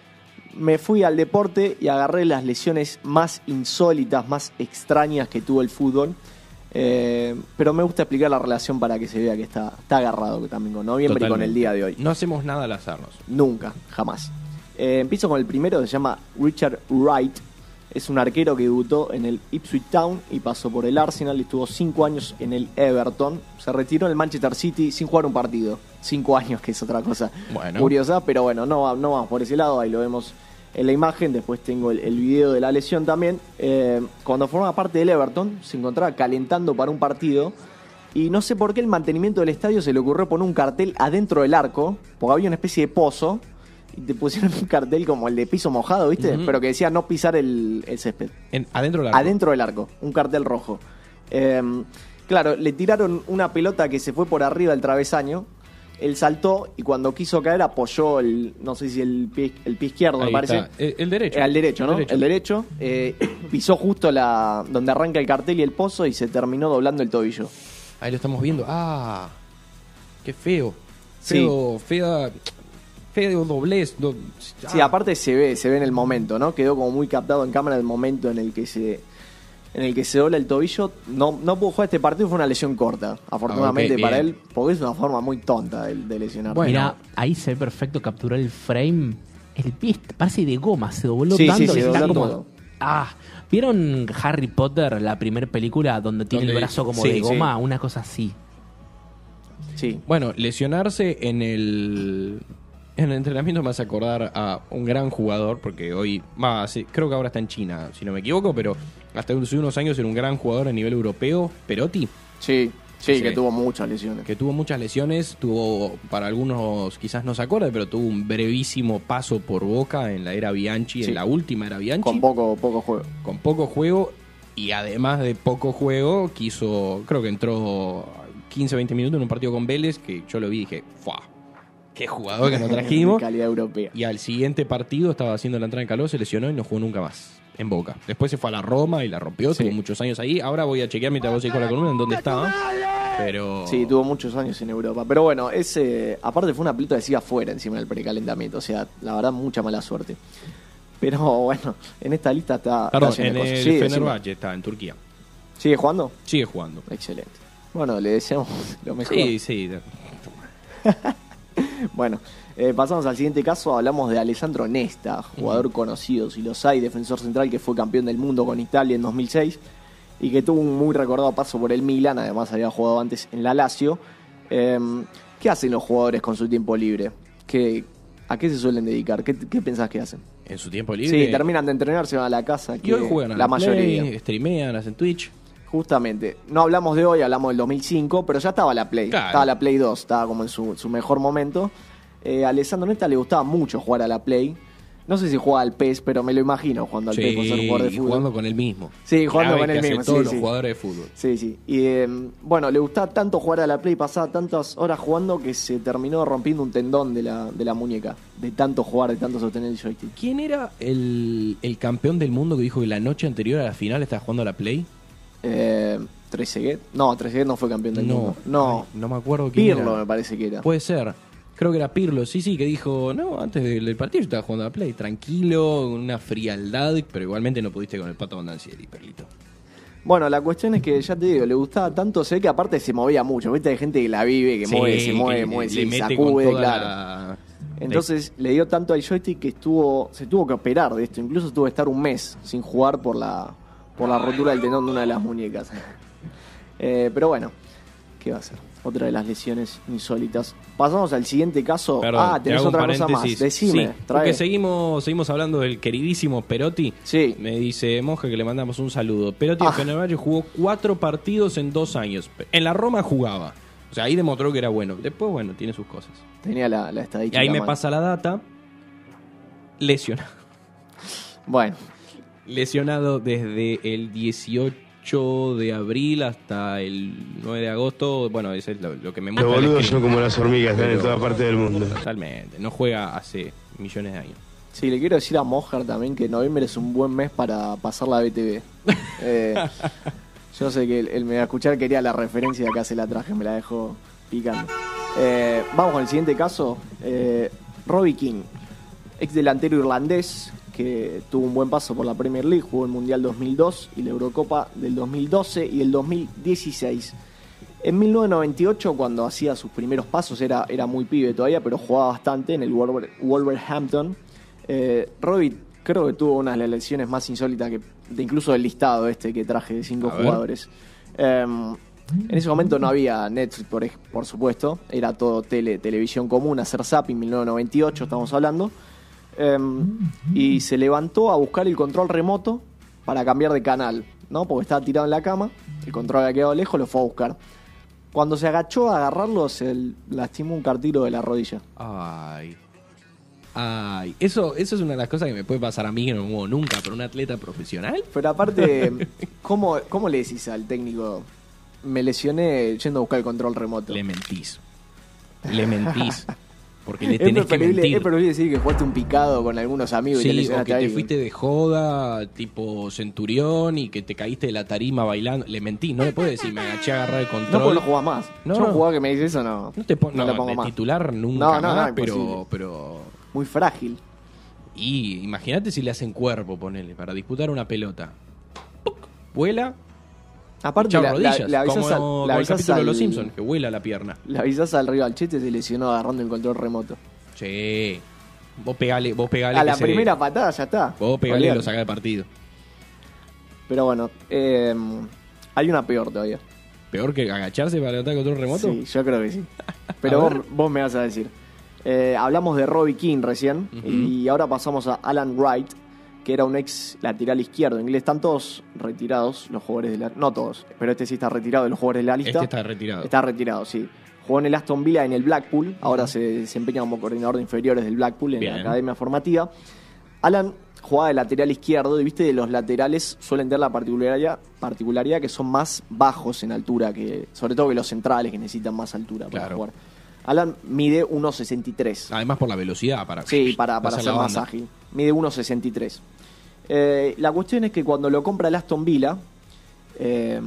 me fui al deporte y agarré las lesiones más insólitas, más extrañas que tuvo el fútbol. Eh, pero me gusta explicar la relación para que se vea que está, está agarrado también con noviembre y con Totalmente. el día de hoy. No hacemos nada al azarnos. Nunca, jamás. Eh, empiezo con el primero, se llama Richard Wright. Es un arquero que debutó en el Ipswich Town y pasó por el Arsenal y estuvo cinco años en el Everton. Se retiró en el Manchester City sin jugar un partido. Cinco años, que es otra cosa Bueno. curiosa, pero bueno, no, va- no vamos por ese lado, ahí lo vemos en la imagen. Después tengo el, el video de la lesión también. Eh, cuando formaba parte del Everton, se encontraba calentando para un partido. Y no sé por qué el mantenimiento del estadio se le ocurrió poner un cartel adentro del arco, porque había una especie de pozo. Y te pusieron un cartel como el de piso mojado, ¿viste? Ujú. Pero que decía no pisar el, el césped. En, adentro del arco. Adentro del arco, un cartel rojo. Eh, claro, le tiraron una pelota que se fue por arriba del travesaño. Él saltó y cuando quiso caer apoyó el, no sé si el pie, el pie izquierdo, Ahí me parece. está. El, el derecho. Era el derecho, ¿no? El derecho. El derecho. Eh, pisó justo la donde arranca el cartel y el pozo y se terminó doblando el tobillo. Ahí lo estamos viendo. Ah, qué feo. Sí. Feo, fea, feo doblez. do- Sí, ah. aparte se ve, se ve en el momento, ¿no? Quedó como muy captado en cámara el momento en el que se en el que se dobla el tobillo. No, no pudo jugar este partido, fue una lesión corta, afortunadamente Ah, ok, para bien. él, porque es una forma muy tonta de, de lesionar. Bueno. Mira, ahí se ve perfecto capturar el frame. El pie parece de goma, se dobló Sí, tanto sí, que se está dobló como. todo. Ah, ¿vieron Harry Potter, la primera película, donde tiene Donde- el brazo como sí, de sí. goma? Una cosa así. Sí. Bueno, lesionarse en el en el entrenamiento me hace acordar a un gran jugador, porque hoy, va, sí, creo que ahora está en China, si no me equivoco, pero hasta hace unos años era un gran jugador a nivel europeo, Perotti, Sí, sí, Sí. que tuvo muchas lesiones. que tuvo muchas lesiones, tuvo, para algunos quizás no se acuerdan, pero tuvo un brevísimo paso por Boca en la era Bianchi, Sí. en la última era Bianchi. Con poco, poco juego. con poco juego y además de poco juego quiso, creo que entró quince veinte minutos en un partido con Vélez que yo lo vi y dije, ¡fua! ¡Qué jugador que nos trajimos! De calidad europea. Y al siguiente partido estaba haciendo la entrada en calor, se lesionó y no jugó nunca más en Boca. Después se fue a la Roma y la rompió, Sí. tuvo muchos años ahí. Ahora voy a chequear mientras vos seguís con la columna en dónde estaba. Pero Sí, tuvo muchos años en Europa. Pero bueno, ese aparte fue una pelota que sigue afuera encima del precalentamiento. O sea, la verdad, mucha mala suerte. Pero bueno, en esta lista está. está Perdón, lleno en de cosas. el Sí, decime. Fenerbahce está en Turquía. ¿Sigue jugando? Sigue jugando. Excelente. Bueno, le deseamos lo mejor. Sí, sí. Bueno, eh, pasamos al siguiente caso. Hablamos de Alessandro Nesta, jugador uh-huh. conocido, si los hay, defensor central que fue campeón del mundo con Italia en dos mil seis y que tuvo un muy recordado paso por el Milan. Además había jugado antes en la Lazio. Eh, ¿Qué hacen los jugadores con su tiempo libre? ¿Qué, ¿A qué se suelen dedicar? ¿Qué, qué pensás que hacen? En su tiempo libre. Sí, terminan de entrenar, se van a la casa. Y hoy juegan a la, la mayoría. Play, streamean, hacen Twitch. Justamente. No hablamos de hoy, hablamos del dos mil cinco, pero ya estaba la Play. Claro. Estaba la Play dos, estaba como en su, su mejor momento. Eh, a Alessandro Nesta le gustaba mucho jugar a la Play. No sé si jugaba al P E S, pero me lo imagino jugando al Sí, P E S por ser jugador de y fútbol. jugando con el mismo. Sí, jugando La con vez el que mismo. hacen todos sí, los sí. jugadores de fútbol. Sí, sí. Y eh, bueno, le gustaba tanto jugar a la Play, pasaba tantas horas jugando que se terminó rompiendo un tendón de la, de la muñeca. De tanto jugar, de tanto sostener el joystick. ¿Quién era el, el campeón del mundo que dijo que la noche anterior a la final estaba jugando a la Play? Eh, Trezeguet. No, Trezeguet no fue campeón del No, mundo. No, ay, no me acuerdo quién Pirlo era. me parece que era. Puede ser. Creo que era Pirlo, sí, sí, que dijo, no, antes del, del partido yo estaba jugando a la Play, tranquilo, con una frialdad, pero igualmente no pudiste con el Pato Bondancieri, Perlito. Bueno, la cuestión es que, ya te digo, le gustaba tanto, sé que aparte se movía mucho, viste, hay gente que la vive, que Sí, mueve, se mueve, que mueve, le se mete sacude, con toda claro. la- Entonces le dio tanto al joystick que estuvo, se tuvo que operar de esto, incluso tuvo que estar un mes sin jugar por la, por la rotura del tendón de una de las muñecas. Eh, pero bueno, ¿qué va a ser? Otra de las lesiones insólitas. Pasamos al siguiente caso. Perdón, ah, te tenés hago un otra cosa más. paréntesis. Decime, Sí, trae. porque seguimos, seguimos hablando del queridísimo Perotti. Sí. Me dice Monja que le mandamos un saludo. Perotti Ah. en Fenerbahce jugó cuatro partidos en dos años. En la Roma jugaba. O sea, ahí demostró que era bueno. Después, bueno, tiene sus cosas. Tenía la, la Y estadística. ahí me mal. pasa la data. Lesionado. Bueno, Lesionado desde el dieciocho de abril hasta el nueve de agosto. Bueno, eso es lo, lo que me muestra. Los el boludos screen. son como las hormigas, están en Pero- toda parte del mundo. Totalmente. No juega hace millones de años. sí, le quiero decir a Mojar también que noviembre es un buen mes para pasar la B T V. Eh, yo sé que él, él me va a escuchar, quería la referencia de acá se la traje, me la dejo picando. Eh, vamos con el siguiente caso. Eh, Robbie King, ex delantero irlandés que tuvo un buen paso por la Premier League, jugó el Mundial dos mil dos y la Eurocopa del dos mil doce y el dos mil dieciséis. En mil novecientos noventa y ocho, cuando hacía sus primeros pasos, era, era muy pibe todavía, pero jugaba bastante en el Wolver- Wolverhampton. Eh, Robbie creo que tuvo una de las lesiones más insólitas que, de incluso del listado este que traje de cinco A ver. jugadores. Eh, en ese momento no había Netflix, por, ej- por supuesto, era todo tele, televisión común, hacer zapping, mil novecientos noventa y ocho estamos hablando. Eh, y se levantó a buscar el control remoto para cambiar de canal, ¿no? Porque estaba tirado en la cama, el control había quedado lejos, lo fue a buscar. Cuando se agachó a agarrarlo, se lastimó un cartílago de la rodilla. Ay. Ay. Eso, eso es una de las cosas que me puede pasar a mí que no me muevo nunca, pero un atleta profesional. Pero aparte, ¿cómo, cómo le decís al técnico? Me lesioné yendo a buscar el control remoto. Le mentís. Le mentís. Porque le Es tenés que preferible, mentir. es preferible decir que jugaste un picado con algunos amigos y te Sí, o lesionaste que a te alguien. fuiste de joda, tipo centurión, y que te caíste de la tarima bailando. Le mentí, no le puedes decir, me agaché a agarrar el No, control. porque no jugás más. No, Yo no. un jugador que me dice eso, no. No te pon- no no, le pongo de más. titular nunca No, no, más, no, pero, imposible. pero... Muy frágil. Y imagínate si le hacen cuerpo, ponele, para disputar una pelota. ¡Puc! Vuela, Aparte, chao la, la, rodillas. le avisás como al- como le el avisás capítulo de Los al- Simpsons, que vuela la pierna. Le avisás al rival, che, te se lesionó agarrando el control remoto. Sí. Vos pegale, vos pegale. A que la se- primera patada ya está. Vos pegale y Olvidate. lo sacás de partido. Pero bueno, eh, hay una peor todavía. Peor que agacharse para levantar el control remoto. Sí, yo creo que sí. Pero A vos, ver. vos me vas a decir. Eh, hablamos de Robbie King recién. Ujú. Y ahora pasamos a Alan Wright, que era un ex lateral izquierdo inglés. Están todos retirados los jugadores de la... No todos, pero este sí está retirado de los jugadores de la lista. Este está retirado. Está retirado, sí. Jugó en el Aston Villa, en el Blackpool. Ahora se desempeña como coordinador de inferiores del Blackpool en Bien. la academia formativa. Alan jugaba de lateral izquierdo y viste, de los laterales suelen tener la particularidad, particularidad que son más bajos en altura, que sobre todo que los centrales que necesitan más altura para Claro. jugar. Alan mide uno sesenta y tres. Además por la velocidad para Sí, para, para hacer ser la más banda. ágil. Mide uno sesenta y tres. Eh, la cuestión es que cuando lo compra el Aston Villa, eh,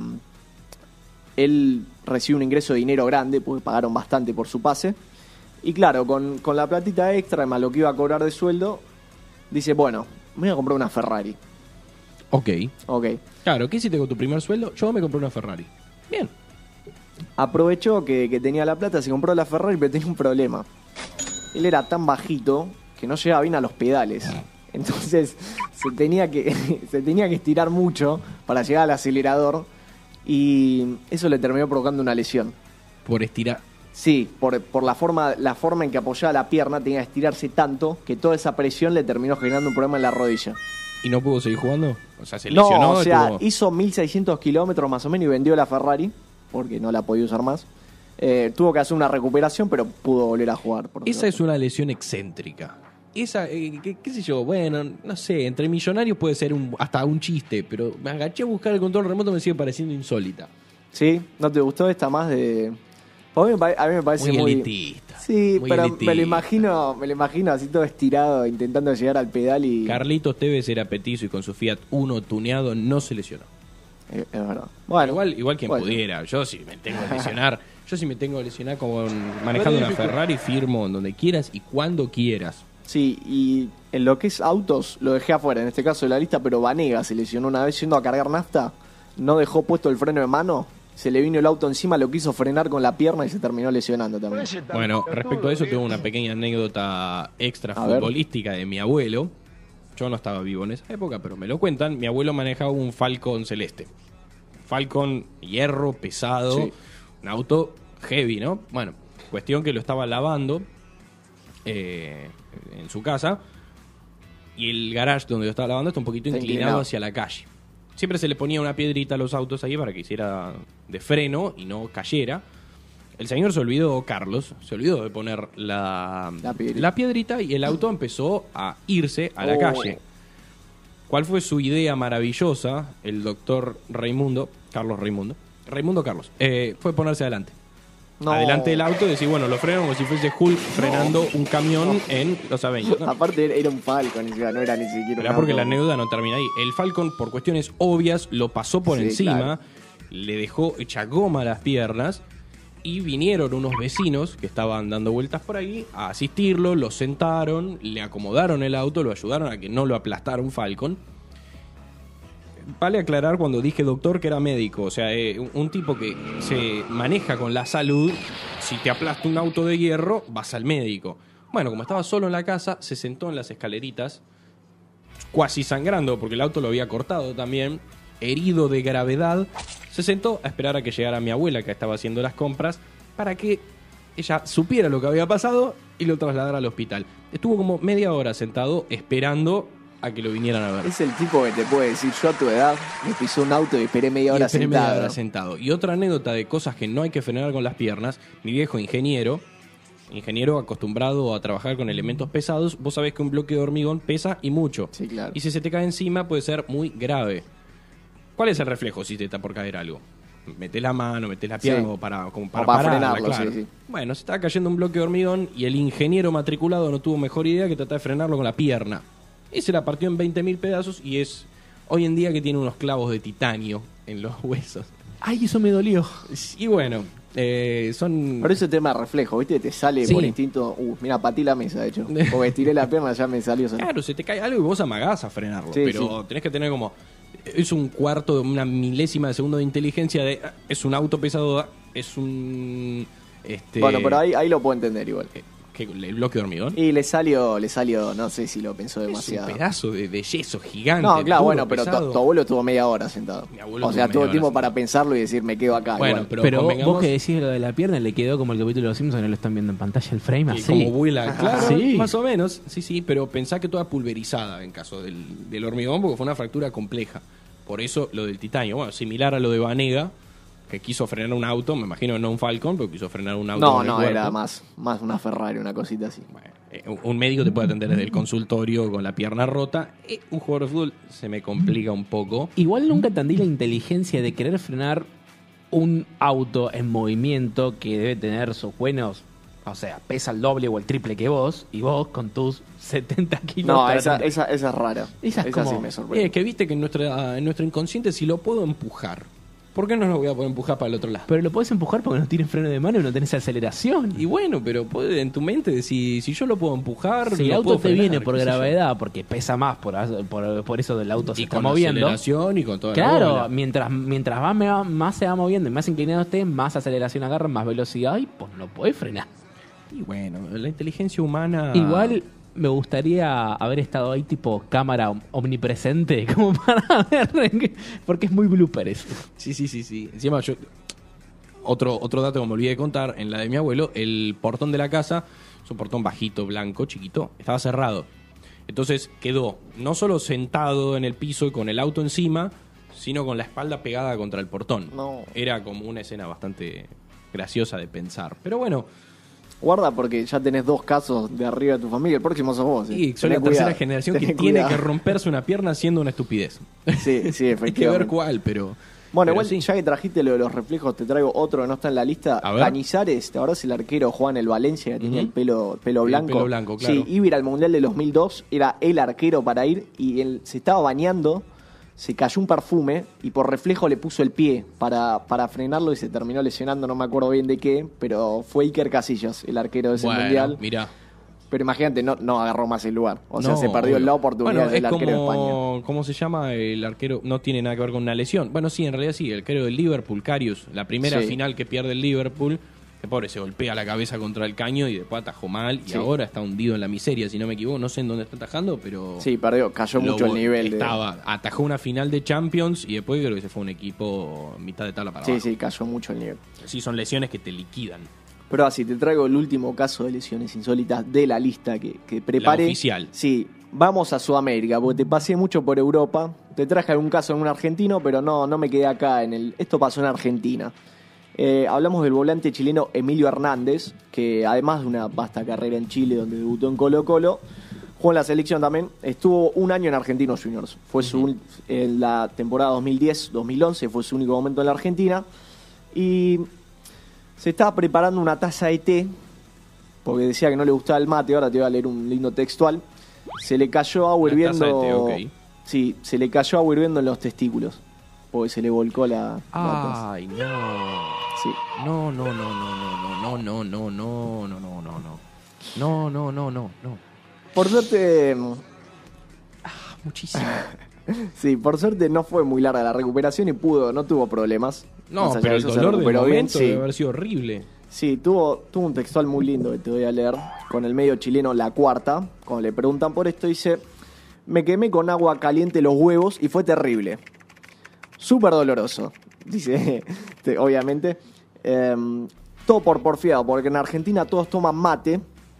él recibe un ingreso de dinero grande, porque pagaron bastante por su pase. Y claro, con, con la platita extra, más lo que iba a cobrar de sueldo, dice, bueno, me voy a comprar una Ferrari. Ok. Ok. Claro, ¿qué hiciste con tu primer sueldo? Yo me compré una Ferrari. Bien. aprovechó que, que tenía la plata, se compró la Ferrari, pero tenía un problema. Él era tan bajito que no llegaba bien a los pedales. Entonces se tenía que, se tenía que estirar mucho para llegar al acelerador y eso le terminó provocando una lesión. Por estirar. Sí, por, por la forma la forma en que apoyaba la pierna, tenía que estirarse tanto que toda esa presión le terminó generando un problema en la rodilla. ¿Y no pudo seguir jugando? O sea, se No, lesionó. o sea, estuvo- hizo mil seiscientos kilómetros más o menos y vendió la Ferrari, porque no la podía usar más. Eh, tuvo que hacer una recuperación, pero pudo volver a jugar. Por Esa es una lesión excéntrica. Esa, eh, qué, qué sé yo, bueno, no sé, entre millonarios puede ser un, hasta un chiste, pero me agaché a buscar el control remoto, me sigue pareciendo insólita. ¿Sí? ¿No te gustó esta más de...? A mí me, pare- a mí me parece Muy muy... elitista. Sí, muy pero elitista. me lo imagino me lo imagino así todo estirado, intentando llegar al pedal y... Carlitos Tevez era petizo y con su Fiat Uno tuneado no se lesionó. Es, es verdad. Bueno, igual igual quien bueno. pudiera. Yo si me tengo que lesionar, yo si me tengo que lesionar como manejando una Ferrari, firmo donde quieras y cuando quieras. Sí, y en lo que es autos, lo dejé afuera, en este caso de la lista, pero Vanega se lesionó una vez yendo a cargar nafta, no dejó puesto el freno de mano, se le vino el auto encima, lo quiso frenar con la pierna y se terminó lesionando también. Bueno, respecto a eso tengo una pequeña anécdota extra A ver. futbolística de mi abuelo. Yo no estaba vivo en esa época, pero me lo cuentan. Mi abuelo manejaba un Falcon celeste. Falcon hierro, pesado, Sí. un auto heavy, ¿no? Bueno, cuestión que lo estaba lavando eh, en su casa y el garage donde lo estaba lavando está un poquito Está inclinado, inclinado. hacia la calle. Siempre se le ponía una piedrita a los autos ahí para que hiciera de freno y no cayera. El señor se olvidó, Carlos, se olvidó de poner la, La piedrita. la piedrita y el auto empezó a irse a la Oh. calle. ¿Cuál fue su idea maravillosa? El doctor Raimundo, Carlos Raimundo, Raimundo Carlos, eh, fue ponerse adelante. No. Adelante del auto y decir, bueno, lo freno como si fuese Hulk frenando un camión en los Avengers. ¿no? Aparte era un Falcon, o sea, no era ni siquiera un Pero porque auto. la anécdota no termina ahí. El Falcon, por cuestiones obvias, lo pasó por Sí, encima, claro. le dejó hecha goma a las piernas y vinieron unos vecinos que estaban dando vueltas por ahí a asistirlo, lo sentaron, le acomodaron el auto, lo ayudaron a que no lo aplastara un Falcon. Vale aclarar cuando dije doctor que era médico, o sea, eh, un, un tipo que se maneja con la salud, si te aplasta un auto de hierro, vas al médico. Bueno, como estaba solo en la casa, se sentó en las escaleritas, cuasi sangrando, porque el auto lo había cortado también, herido de gravedad, se sentó a esperar a que llegara mi abuela, que estaba haciendo las compras, para que ella supiera lo que había pasado y lo trasladara al hospital. Estuvo como media hora sentado esperando a que lo vinieran a ver. Es el tipo que te puede decir, yo a tu edad me pisó un auto y esperé media Y hora esperé media sentado. hora sentado. Y otra anécdota de cosas que no hay que frenar con las piernas, mi viejo ingeniero, ingeniero acostumbrado a trabajar con elementos pesados, vos sabés que un bloque de hormigón pesa y mucho. Sí, claro. Y si se te cae encima puede ser muy grave. ¿Cuál es el reflejo si te está por caer algo? Metés la mano, metés la pierna Sí. o para, como para, O para pararla, frenarlo, claro. sí, sí. Bueno, se estaba cayendo un bloque de hormigón y el ingeniero matriculado no tuvo mejor idea que tratar de frenarlo con la pierna. Y se la partió en veinte mil pedazos y es hoy en día que tiene unos clavos de titanio en los huesos. Ay, eso me dolió. Y bueno, eh, son... Por eso el tema de reflejo, ¿viste? Te sale Sí. por instinto. Uh, mira, patí la mesa, de hecho. Porque estiré la pierna, ya me salió. solo. Claro, se te cae algo y vos amagás a frenarlo. Sí, pero sí. tenés que tener como... Es un cuarto, una milésima de segundo de inteligencia de... ah, Es un auto pesado, ah, es un... Este, Bueno, pero ahí, ahí lo puedo entender igual. eh, ¿qué? ¿El bloque de hormigón? Y le salió, le salió, no sé si lo pensó Es demasiado. un pedazo de, de yeso gigante. No, claro, duro, bueno, pero tu, pesado. tu abuelo estuvo media hora sentado. Mi abuelo O sea, estuvo tuvo media tiempo hora para sentado. pensarlo y decir, me quedo acá. Bueno, igual. pero, Pero, vos- convengamos vos que decís lo de la pierna, le quedó como el capítulo de los Simpsons, no lo están viendo en pantalla el frame, que así. como vuela, claro, Sí. más o menos, sí, sí, pero pensá que toda pulverizada en caso del, del hormigón, porque fue una fractura compleja. Por eso lo del titanio, bueno, similar a lo de Vanega, que quiso frenar un auto, me imagino no un Falcon, pero quiso frenar un auto. No, con el no, cuerpo. era más, más una Ferrari, una cosita así. Bueno, eh, un- un médico te puede atender desde el consultorio con la pierna rota. Eh, un jugador de fútbol se me complica un poco. Igual nunca entendí la inteligencia de querer frenar un auto en movimiento que debe tener sus buenos, o sea, pesa el doble o el triple que vos, y vos con tus setenta kilos. No, esa, tratando- esa, esa es rara. Esa Esa, es como- sí me sorprende. Eh, que viste que en, nuestra, en nuestro inconsciente, si lo puedo empujar ¿Por qué no lo voy a poder empujar para el otro lado? Pero lo podés empujar porque no tienes freno de mano y no tenés aceleración. Y bueno, pero puede, en tu mente, si, si yo lo puedo empujar... Si el lo auto puedo te frenar, viene por qué sé yo. gravedad, porque pesa más, por, por, por eso del auto se Y está con moviendo. aceleración y con toda la Claro, bola. mientras, mientras más, me va- más se va moviendo y más inclinado esté, más aceleración agarra, más velocidad y pues no podés frenar. Y bueno, la inteligencia humana... Igual me gustaría haber estado ahí tipo cámara om- omnipresente, como para ver, porque es muy blooper eso. Sí, sí, sí, sí. Encima yo... Otro, otro dato que me olvidé de contar, en la de mi abuelo, el portón de la casa, es un portón bajito, blanco, chiquito, estaba cerrado. Entonces quedó no solo sentado en el piso y con el auto encima, sino con la espalda pegada contra el portón. No. Era como una escena bastante graciosa de pensar. Pero bueno, Guarda porque ya tenés dos casos de arriba de tu familia. El próximo sos vos. ¿eh? y soy Tené la tercera cuidado. generación que Tené tiene cuidado. que romperse una pierna haciendo una estupidez. Sí, sí, Hay que ver efectivamente. cuál, pero... Bueno, pero igual sí. ya que trajiste lo de los reflejos, te traigo otro que no está en la lista. A ver. Cañizares, ¿te acordás el arquero Juan el Valencia que tenía Ujú. el pelo, pelo El blanco? pelo blanco, claro. Sí, iba a ir al Mundial de dos mil dos, era el arquero para ir y él se estaba bañando, se cayó un perfume y por reflejo le puso el pie para, para frenarlo y se terminó lesionando, no me acuerdo bien de qué, pero fue Iker Casillas, el arquero de ese Bueno, Mundial. mirá. Pero imagínate, no, no agarró más el lugar. O sea, No, se perdió obvio. la oportunidad Bueno, del es arquero de España. como, ¿cómo se llama el arquero? No tiene nada que ver con una lesión. Bueno, sí, en realidad sí, el arquero del Liverpool, Karius. La primera Sí. final que pierde el Liverpool, que pobre, se golpea la cabeza contra el caño y después atajó mal. Y Sí. ahora está hundido en la miseria, si no me equivoco. No sé en dónde está atajando, pero... Sí, perdió, cayó lo- mucho el nivel. de- Estaba, atajó una final de Champions y después creo que se fue un equipo mitad de tabla para Sí, abajo. sí, cayó mucho el nivel. Sí, son lesiones que te liquidan. Pero así, te traigo el último caso de lesiones insólitas de la lista que, que preparé. La oficial. Sí, vamos a Sudamérica, porque te pasé mucho por Europa. Te traje algún caso en un argentino, pero no, no me quedé acá en el. Esto pasó en Argentina. Eh, hablamos del volante chileno Emilio Hernández, que además de una vasta carrera en Chile, donde debutó en Colo Colo, jugó en la selección también. Estuvo un año en Argentinos Juniors. Fue su, un- en la temporada dos mil diez dos mil once, fue su único momento en la Argentina. Y se estaba preparando una taza de té, porque decía que no le gustaba el mate. Ahora te voy a leer un lindo textual. Se le cayó agua Una hirviendo. taza de té, ok. Sí, se le cayó agua hirviendo en los testículos, porque se le volcó la, la taza. Ay, no. Sí. No, no, no, no, no, no, no, no, no, no, no, no, no. No, no, no, no, no. Por suerte, Muchísimo. sí, por suerte no fue muy larga la recuperación y pudo, no tuvo problemas. No, Más allá pero de el eso, se dolor del recuperó bien, momento sí. debe haber sido horrible. Sí, tuvo, tuvo un textual muy lindo que te voy a leer con el medio chileno La Cuarta. Cuando le preguntan por esto, dice: me quemé con agua caliente los huevos y fue terrible. Súper doloroso, dice, te- obviamente. Em, todo por porfiado, porque en Argentina todos toman mate.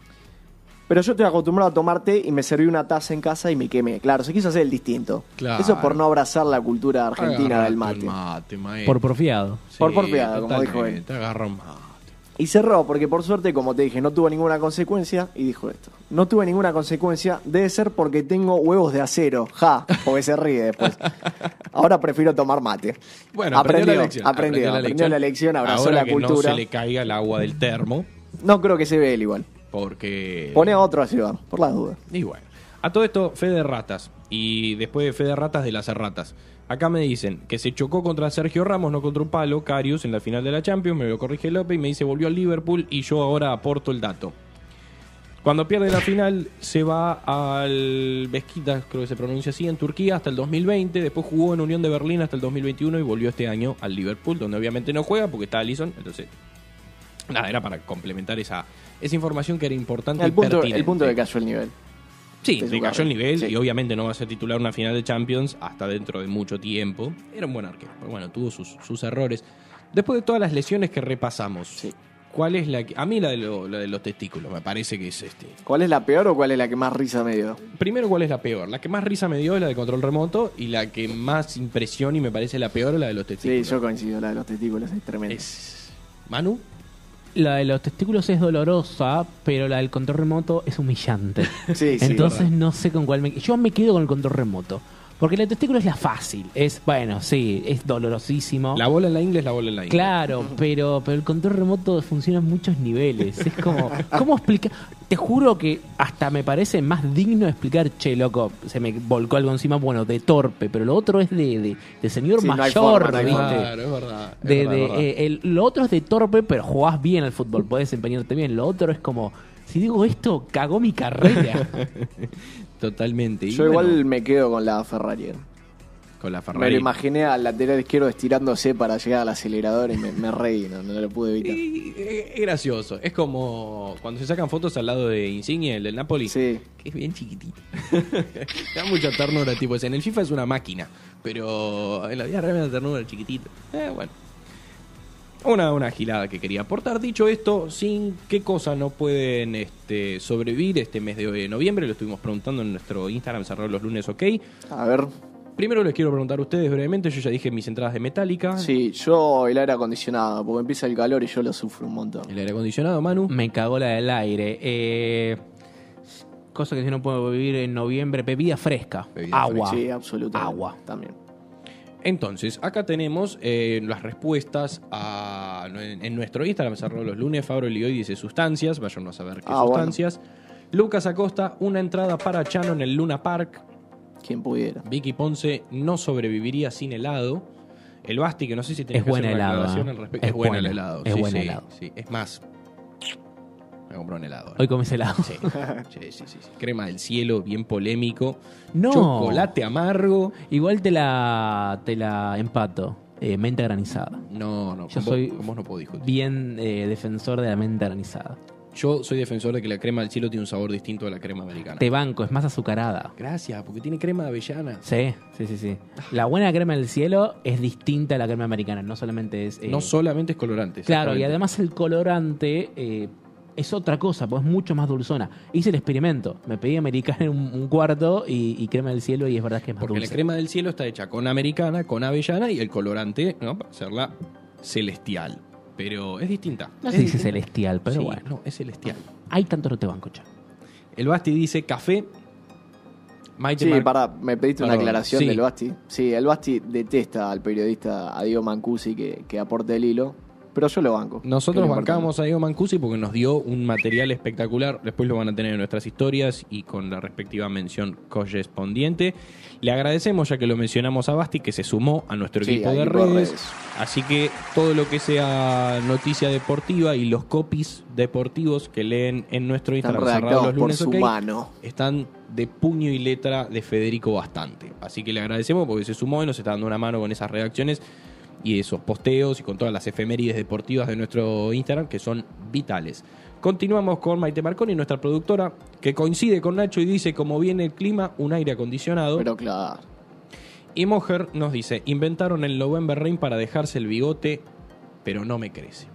Pero yo estoy acostumbrado a tomar té y me serví una taza en casa y me quemé. Claro, se quiso hacer el distinto. Claro. Eso por no abrazar la cultura argentina Agarrate del un mate. mate, maestro. Por porfiado. por porfiado, como totalmente, dijo él. Te agarra un mate. Y cerró, porque por suerte, como te dije, no tuvo ninguna consecuencia. Y dijo esto: no tuve ninguna consecuencia, debe ser porque tengo huevos de acero. Ja, porque se ríe después. Ahora prefiero tomar mate. Bueno, aprendió, la lección. Aprendió, aprendió la lección, abrazó Ahora la que cultura. no se le caiga el agua del termo, No creo que se ve él igual. porque... Pone a otro a llevar, por las dudas. Y bueno, a todo esto, fe de ratas. Y después de fe de ratas, de las ratas. Acá me dicen que se chocó contra Sergio Ramos, no contra un palo, Karius, en la final de la Champions. Me lo corrige López y me dice: volvió al Liverpool. Y yo ahora aporto el dato. Cuando pierde la final, se va al Beşiktaş, creo que se pronuncia así, en Turquía hasta el dos mil veinte. Después jugó en Unión de Berlín hasta el dos mil veintiuno y volvió este año al Liverpool, donde obviamente no juega porque está Alisson. Entonces, nada, era para complementar esa, esa información que era importante El y punto, pertinente. el punto de que cayó el nivel. Sí, de su le cayó el carrera. nivel Sí. y obviamente no va a ser titular una final de Champions hasta dentro de mucho tiempo. Era un buen arquero, pero bueno, tuvo sus, sus errores. Después de todas las lesiones que repasamos, Sí. ¿cuál es la que, a mí la de, lo- la de los testículos, me parece que es este. ¿Cuál es la peor o cuál es la que más risa me dio? Primero, ¿cuál es la peor? La que más risa me dio es la de control remoto y la que más impresión y me parece la peor es la de los Sí, testículos. yo coincido, la de los testículos es tremenda. Es... ¿Manu? La de los testículos es dolorosa, pero la del control remoto es humillante. Sí, sí, Entonces verdad. no sé con cuál me... Yo me quedo con el control remoto. Porque la testículo es la fácil. Es, bueno, sí, es dolorosísimo. La bola en la ingle es la bola en la ingle. Claro, pero, pero el control remoto funciona en muchos niveles. Es como, ¿cómo explicar? Te juro que hasta me parece más digno explicar, che, loco, se me volcó algo encima, bueno, de torpe, pero lo otro es de, de, de señor Sí, no hay mayor, forma, no hay ¿viste? forma. Claro, es verdad. es De, verdad, de, es verdad. eh, el- lo otro es de torpe, pero jugás bien al fútbol, podés desempeñarte bien. Lo otro es como, si digo esto, cagó mi carrera. Totalmente. Y Yo bueno, igual me quedo con la Ferrari. con la Me Ferrari. lo imaginé al lateral izquierdo estirándose para llegar al acelerador y me, me reí, no, no lo pude evitar. Y, eh, es gracioso. Es como cuando se sacan fotos al lado de Insigne, el del Napoli. Sí. Que es bien chiquitito. Me da mucha ternura, tipo ese. En el FIFA es una máquina, pero en la vida real me da ternura el chiquitito. Eh, bueno. Una, una gilada que quería aportar. Dicho esto, sin qué cosa no pueden este, sobrevivir este mes de noviembre. Lo estuvimos preguntando en nuestro Instagram, cerrado los lunes, ok. A ver, Primero les quiero preguntar a ustedes brevemente. Yo ya dije mis entradas de Metallica. sí, yo el aire acondicionado, porque empieza el calor y yo lo sufro un montón. El aire acondicionado, Manu. Me cagó la del aire. Eh, cosa que si no puedo vivir en noviembre, bebida fresca. Bebida agua. Sí, absolutamente. Agua. También. Entonces, acá tenemos eh, las respuestas a, en, en nuestro Instagram, cerrado los lunes. Fabro Lioy dice sustancias, váyanos a ver qué Ah, bueno. sustancias. Lucas Acosta, una entrada para Chano en el Luna Park. Quien pudiera. Vicky Ponce, no sobreviviría sin helado. El Basti, que no sé si tenés Es que buen hacer una helado, aclaración ¿eh? al respecto. Es Es bueno el bueno, helado. es sí, buen sí, helado. sí. Es más, me compré un helado. Hoy comes helado. Sí, sí, sí, sí, sí. Crema del cielo, bien polémico. No. Chocolate amargo. Igual te la, te la empato. Eh, menta granizada. No, no, Yo con, soy vos, con vos no puedo discutir. bien eh, defensor de la menta granizada. Yo soy defensor de que la crema del cielo tiene un sabor distinto a la crema americana. Te banco, es más azucarada. Gracias, porque tiene crema de avellana. Sí, sí, sí, sí. La buena crema del cielo es distinta a la crema americana, no solamente es... eh, No solamente es colorante. Claro, y exactamente. además el colorante eh, es otra cosa, pues es mucho más dulzona. Hice el experimento, me pedí americana en un, un cuarto y, y crema del cielo y es verdad que es más Porque dulce. la crema del cielo está hecha con americana, con avellana y el colorante, ¿no? Para hacerla celestial. Pero es distinta. No Es se dice distinta. celestial, pero Sí, bueno. No, es celestial. Hay tanto no te banco, ya. El Basti dice café. Maite Sí, Mar- pará, me pediste una Perdón, aclaración sí. del Basti. Sí, el Basti detesta al periodista, a Diego Mancusi, que, que aporte el hilo, pero yo lo banco. Nosotros que es lo bancamos a Diego Mancusi porque nos dio un material espectacular. Después lo van a tener en nuestras historias y con la respectiva mención correspondiente. Le agradecemos, ya que lo mencionamos a Basti, que se sumó a nuestro Sí, equipo al de equipo de redes. redes. Así que todo lo que sea noticia deportiva y los copies deportivos que leen en nuestro Están Instagram cerrado redactados los por lunes, su ok, mano. están de puño y letra de Federico Bastante. Así que le agradecemos porque se sumó y nos está dando una mano con esas redacciones y esos posteos y con todas las efemérides deportivas de nuestro Instagram que son vitales. Continuamos con Maite Marconi, nuestra productora, que coincide con Nacho y dice: como viene el clima, un aire acondicionado. Pero claro. Y Mojer nos dice: inventaron el November Rain para dejarse el bigote, pero no me crece.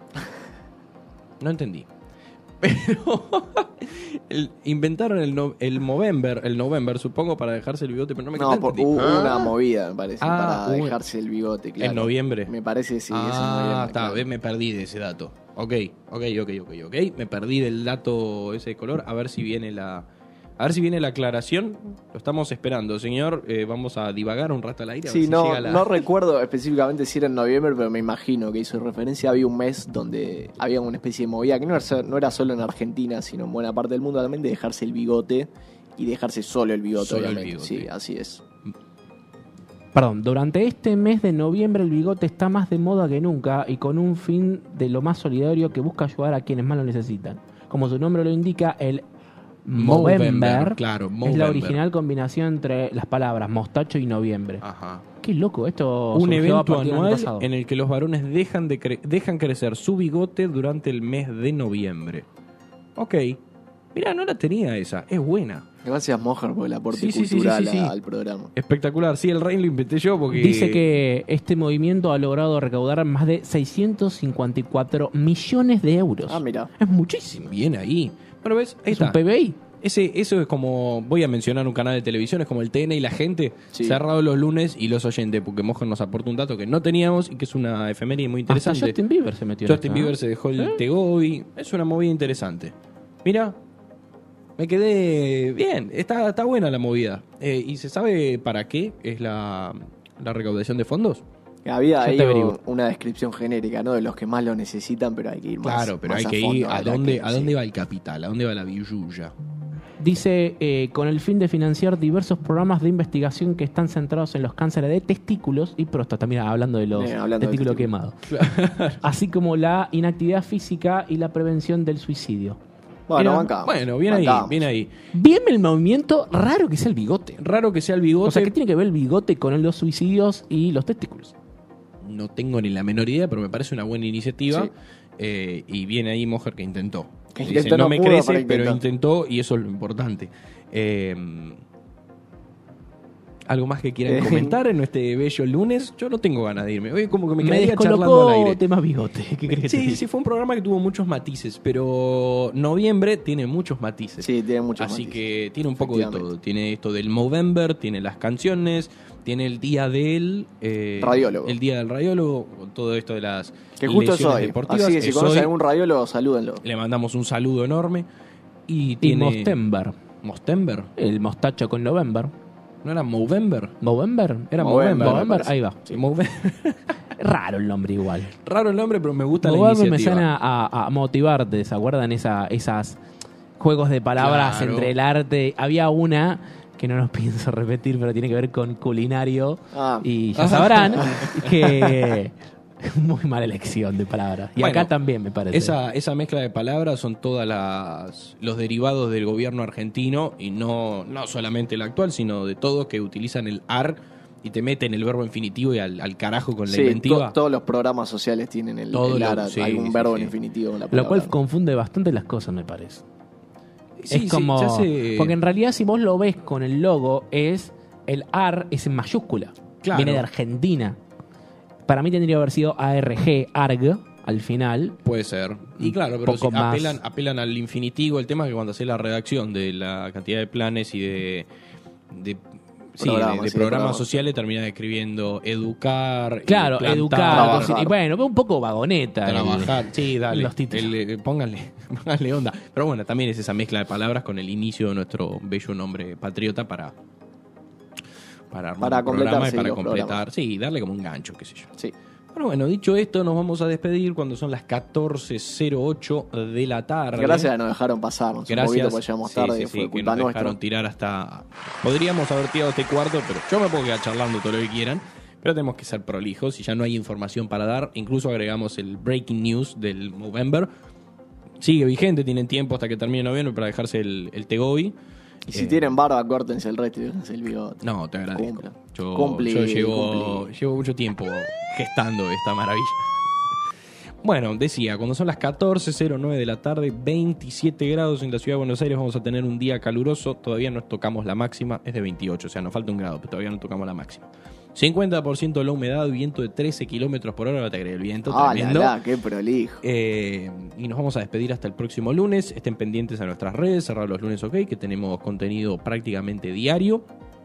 No entendí. Pero el- inventaron el, no- el Movember, el November, supongo, para dejarse el bigote, pero no me No, crece. por, hubo una movida, me parece, Ah, para hubo- dejarse el bigote, claro. ¿En noviembre? Me parece, sí, es en ah, noviembre. está, claro. ves, me perdí de ese dato. Ok, ok, ok, ok, ok. Me perdí del dato ese de color. A ver si viene la. A ver si viene la aclaración. Lo estamos esperando, señor. Eh, vamos a divagar un rato al aire. A ver Sí, si no, llega la... no recuerdo específicamente si era en noviembre, pero me imagino que hizo referencia. Había un mes donde había una especie de movida que no era, no era solo en Argentina, sino en buena parte del mundo también, de dejarse el bigote y dejarse solo el bigote, Solo el obviamente. bigote. Sí, así es. Perdón, durante este mes de noviembre el bigote está más de moda que nunca y con un fin de lo más solidario que busca ayudar a quienes más lo necesitan. Como su nombre lo indica, el Movember, Movember claro, es Movember. la original combinación entre las palabras mostacho y noviembre. Ajá. Qué loco, esto Un surgió a evento partir del año anual pasado. en el que los varones dejan, de cre- dejan crecer su bigote durante el mes de noviembre. Ok. Mirá, no la tenía esa. Es buena. Gracias, Mojar, por el aporte Sí, sí, sí, sí, cultural sí, sí. a- al programa. Espectacular. Sí, el Rain lo inventé yo porque... Dice que este movimiento ha logrado recaudar más de seiscientos cincuenta y cuatro millones de euros. Ah, mira. Es muchísimo. Bien ahí. Bueno, ¿ves? Ahí Es un está. P B I. Ese, eso es como, voy a mencionar un canal de televisión, es como el T N y la gente, Sí. cerrado los lunes y los oyentes, porque Mojer nos aporta un dato que no teníamos y que es una efeméride muy Hasta interesante. Justin Bieber se metió en Justin esto, ¿no? Bieber se dejó el ¿Eh? Tegobi, es una movida interesante. Mira, Me quedé bien, está, está buena la movida. Eh, ¿Y se sabe para qué es la, la recaudación de fondos? Había Yo ahí te averiguo. una descripción genérica, ¿no? De los que más lo necesitan, pero hay que ir más. Claro, pero más hay que fondo ir a la dónde, que- a dónde sí. va el capital, a dónde va la billulla. Dice, eh, con el fin de financiar diversos programas de investigación que están centrados en los cánceres de testículos y próstata. Mira, hablando de los Eh, hablando de testículos testículos. quemados. Así como la inactividad física y la prevención del suicidio. Bueno, Era- bancamos. Bueno, bien ahí, Bancamos. bien ahí. Bien el movimiento, raro que sea el bigote. Raro que sea el bigote. O sea, ¿qué tiene que ver el bigote con los suicidios y los testículos? No tengo ni la menor idea, pero me parece una buena iniciativa. Sí. Eh, y viene ahí Mojer que intentó. Que Dice, intentó, no, no me pudo, crece, pero pero intentó. intentó y eso es lo importante. Eh, ¿Algo más que quieran Eh. comentar en este bello lunes? Yo no tengo ganas de irme. Hoy como que me Me, quedaría charlando al descolocó aire. tema bigote. ¿Qué crees que te Sí, diga? sí, fue un programa que tuvo muchos matices, pero noviembre tiene muchos matices. Sí, tiene muchos Así matices. que tiene un poco de Efectivamente. todo. Tiene esto del Movember, tiene las canciones, tiene el día del eh, Radiólogo. El día del radiólogo, con todo esto de las Que justo es lesiones hoy. deportivas. Así que si Es conoce hoy. algún radiólogo, salúdenlo. Le mandamos un saludo enorme. Y Y tiene Mostember. Mostember. El mostacho con November. ¿No era Movember? ¿Movember? Era Movember, Movember. me Movember, parece. ahí va. Sí, Move- Raro el nombre igual. Raro el nombre, pero me gusta la Movember me iniciativa. suena a, a motivarte, ¿se acuerdan? Esa, esas juegos de palabras Claro. entre el arte. Había una que no nos pienso repetir, pero tiene que ver con culinario. Ah. Y ya sabrán que muy mala elección de palabras. Y Bueno, acá también me parece. Esa, esa mezcla de palabras son todas las los derivados del gobierno argentino y no, no solamente el actual, sino de todos que utilizan el ar y te meten el verbo infinitivo y al, al carajo con la Sí, inventiva. to- todos los programas sociales tienen el, Todo el lo- ara- sí, algún sí, verbo sí. en infinitivo. En la Lo cual palabra. confunde bastante las cosas, me parece. Sí, es sí, como. ya sé. Porque en realidad, si vos lo ves con el logo, es el A R es en mayúscula. Claro. Viene de Argentina. Para mí tendría que haber sido A R G, A R G, al final. Puede ser. Y Un claro, pero poco si más. apelan, apelan al infinitivo. El tema es que cuando haces la redacción de la cantidad de planes y de, de, sí, de- Programas, de sí, de programas programas. sociales, terminas escribiendo educar, Claro, plantar, educar. trabajar. cocina- Y bueno, un poco vagoneta. el- trabajar. Sí, dale. los títulos. El, eh, pónganle, pónganle onda. Pero bueno, también es esa mezcla de palabras con el inicio de nuestro bello nombre patriota para para, armar Para un programa completar, y sí, para los completar. programas. Sí, darle como un gancho, qué sé yo. Sí. Pero bueno, dicho esto, nos vamos a despedir cuando son las catorce cero ocho de la tarde. Gracias que nos dejaron pasarnos un Gracias. poquito porque llegamos Sí, tarde, sí, que sí, fue que culpa nos dejaron nuestra. tirar hasta... Podríamos haber tirado este cuarto, pero yo me puedo quedar charlando todo lo que quieran. Pero tenemos que ser prolijos y ya no hay información para dar. Incluso agregamos el breaking news del Movember. Sigue vigente, tienen tiempo hasta que termine noviembre para dejarse el, el Tegobi. Y si Eh, tienen barba, córtense el resto y déjense el bigote. No, te agradezco. Cumpla. Yo, Cumpli, yo llevo, cumpli. llevo mucho tiempo gestando esta maravilla. Bueno, decía, cuando son las catorce cero nueve de la tarde, veintisiete grados en la ciudad de Buenos Aires, vamos a tener un día caluroso. Todavía no tocamos la máxima, es de veintiocho, o sea, nos falta un grado, pero todavía no tocamos la máxima. cincuenta por ciento de la humedad, viento de trece kilómetros por hora, no te crees, el viento Ah, la, tremendo. la, qué prolijo. Eh, y nos vamos a despedir hasta el próximo lunes. Estén pendientes a nuestras redes, cerrar los lunes, ok, que tenemos contenido prácticamente diario.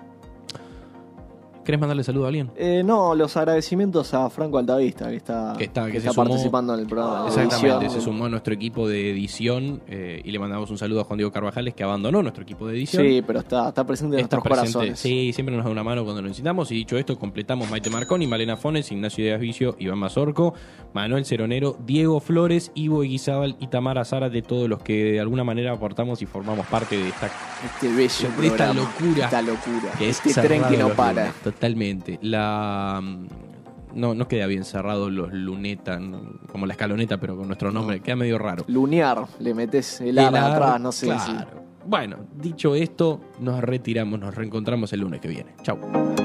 ¿Querés mandarle saludo a alguien? Eh, no, los agradecimientos a Franco Altavista, que está, Que está- que se está sumó. participando en el programa de Exactamente, edición. se sumó a nuestro equipo de edición eh, y le mandamos un saludo a Juan Diego Carvajales, que abandonó nuestro equipo de edición. Sí, pero está, está presente en Está nuestros presente, corazones. sí, siempre nos da una mano cuando lo necesitamos. Y dicho esto, completamos Maite Marconi, Malena Fones, Ignacio Díaz Vicio, Iván Mazorco, Manuel Ceronero, Diego Flores, Ivo Eguizábal y Tamara Zara, de todos los que de alguna manera aportamos y formamos parte de esta, Este bello de esta programa, locura. Esta locura. que es este tren cerrado que no los para. lunes. Totalmente. La no, no queda bien cerrado los lunetas, no, como la escaloneta, pero con nuestro nombre, queda medio raro. Lunear, le metes el El ala ar- atrás, no sé. claro. si- Bueno, dicho esto, nos retiramos, nos reencontramos el lunes que viene. Chau.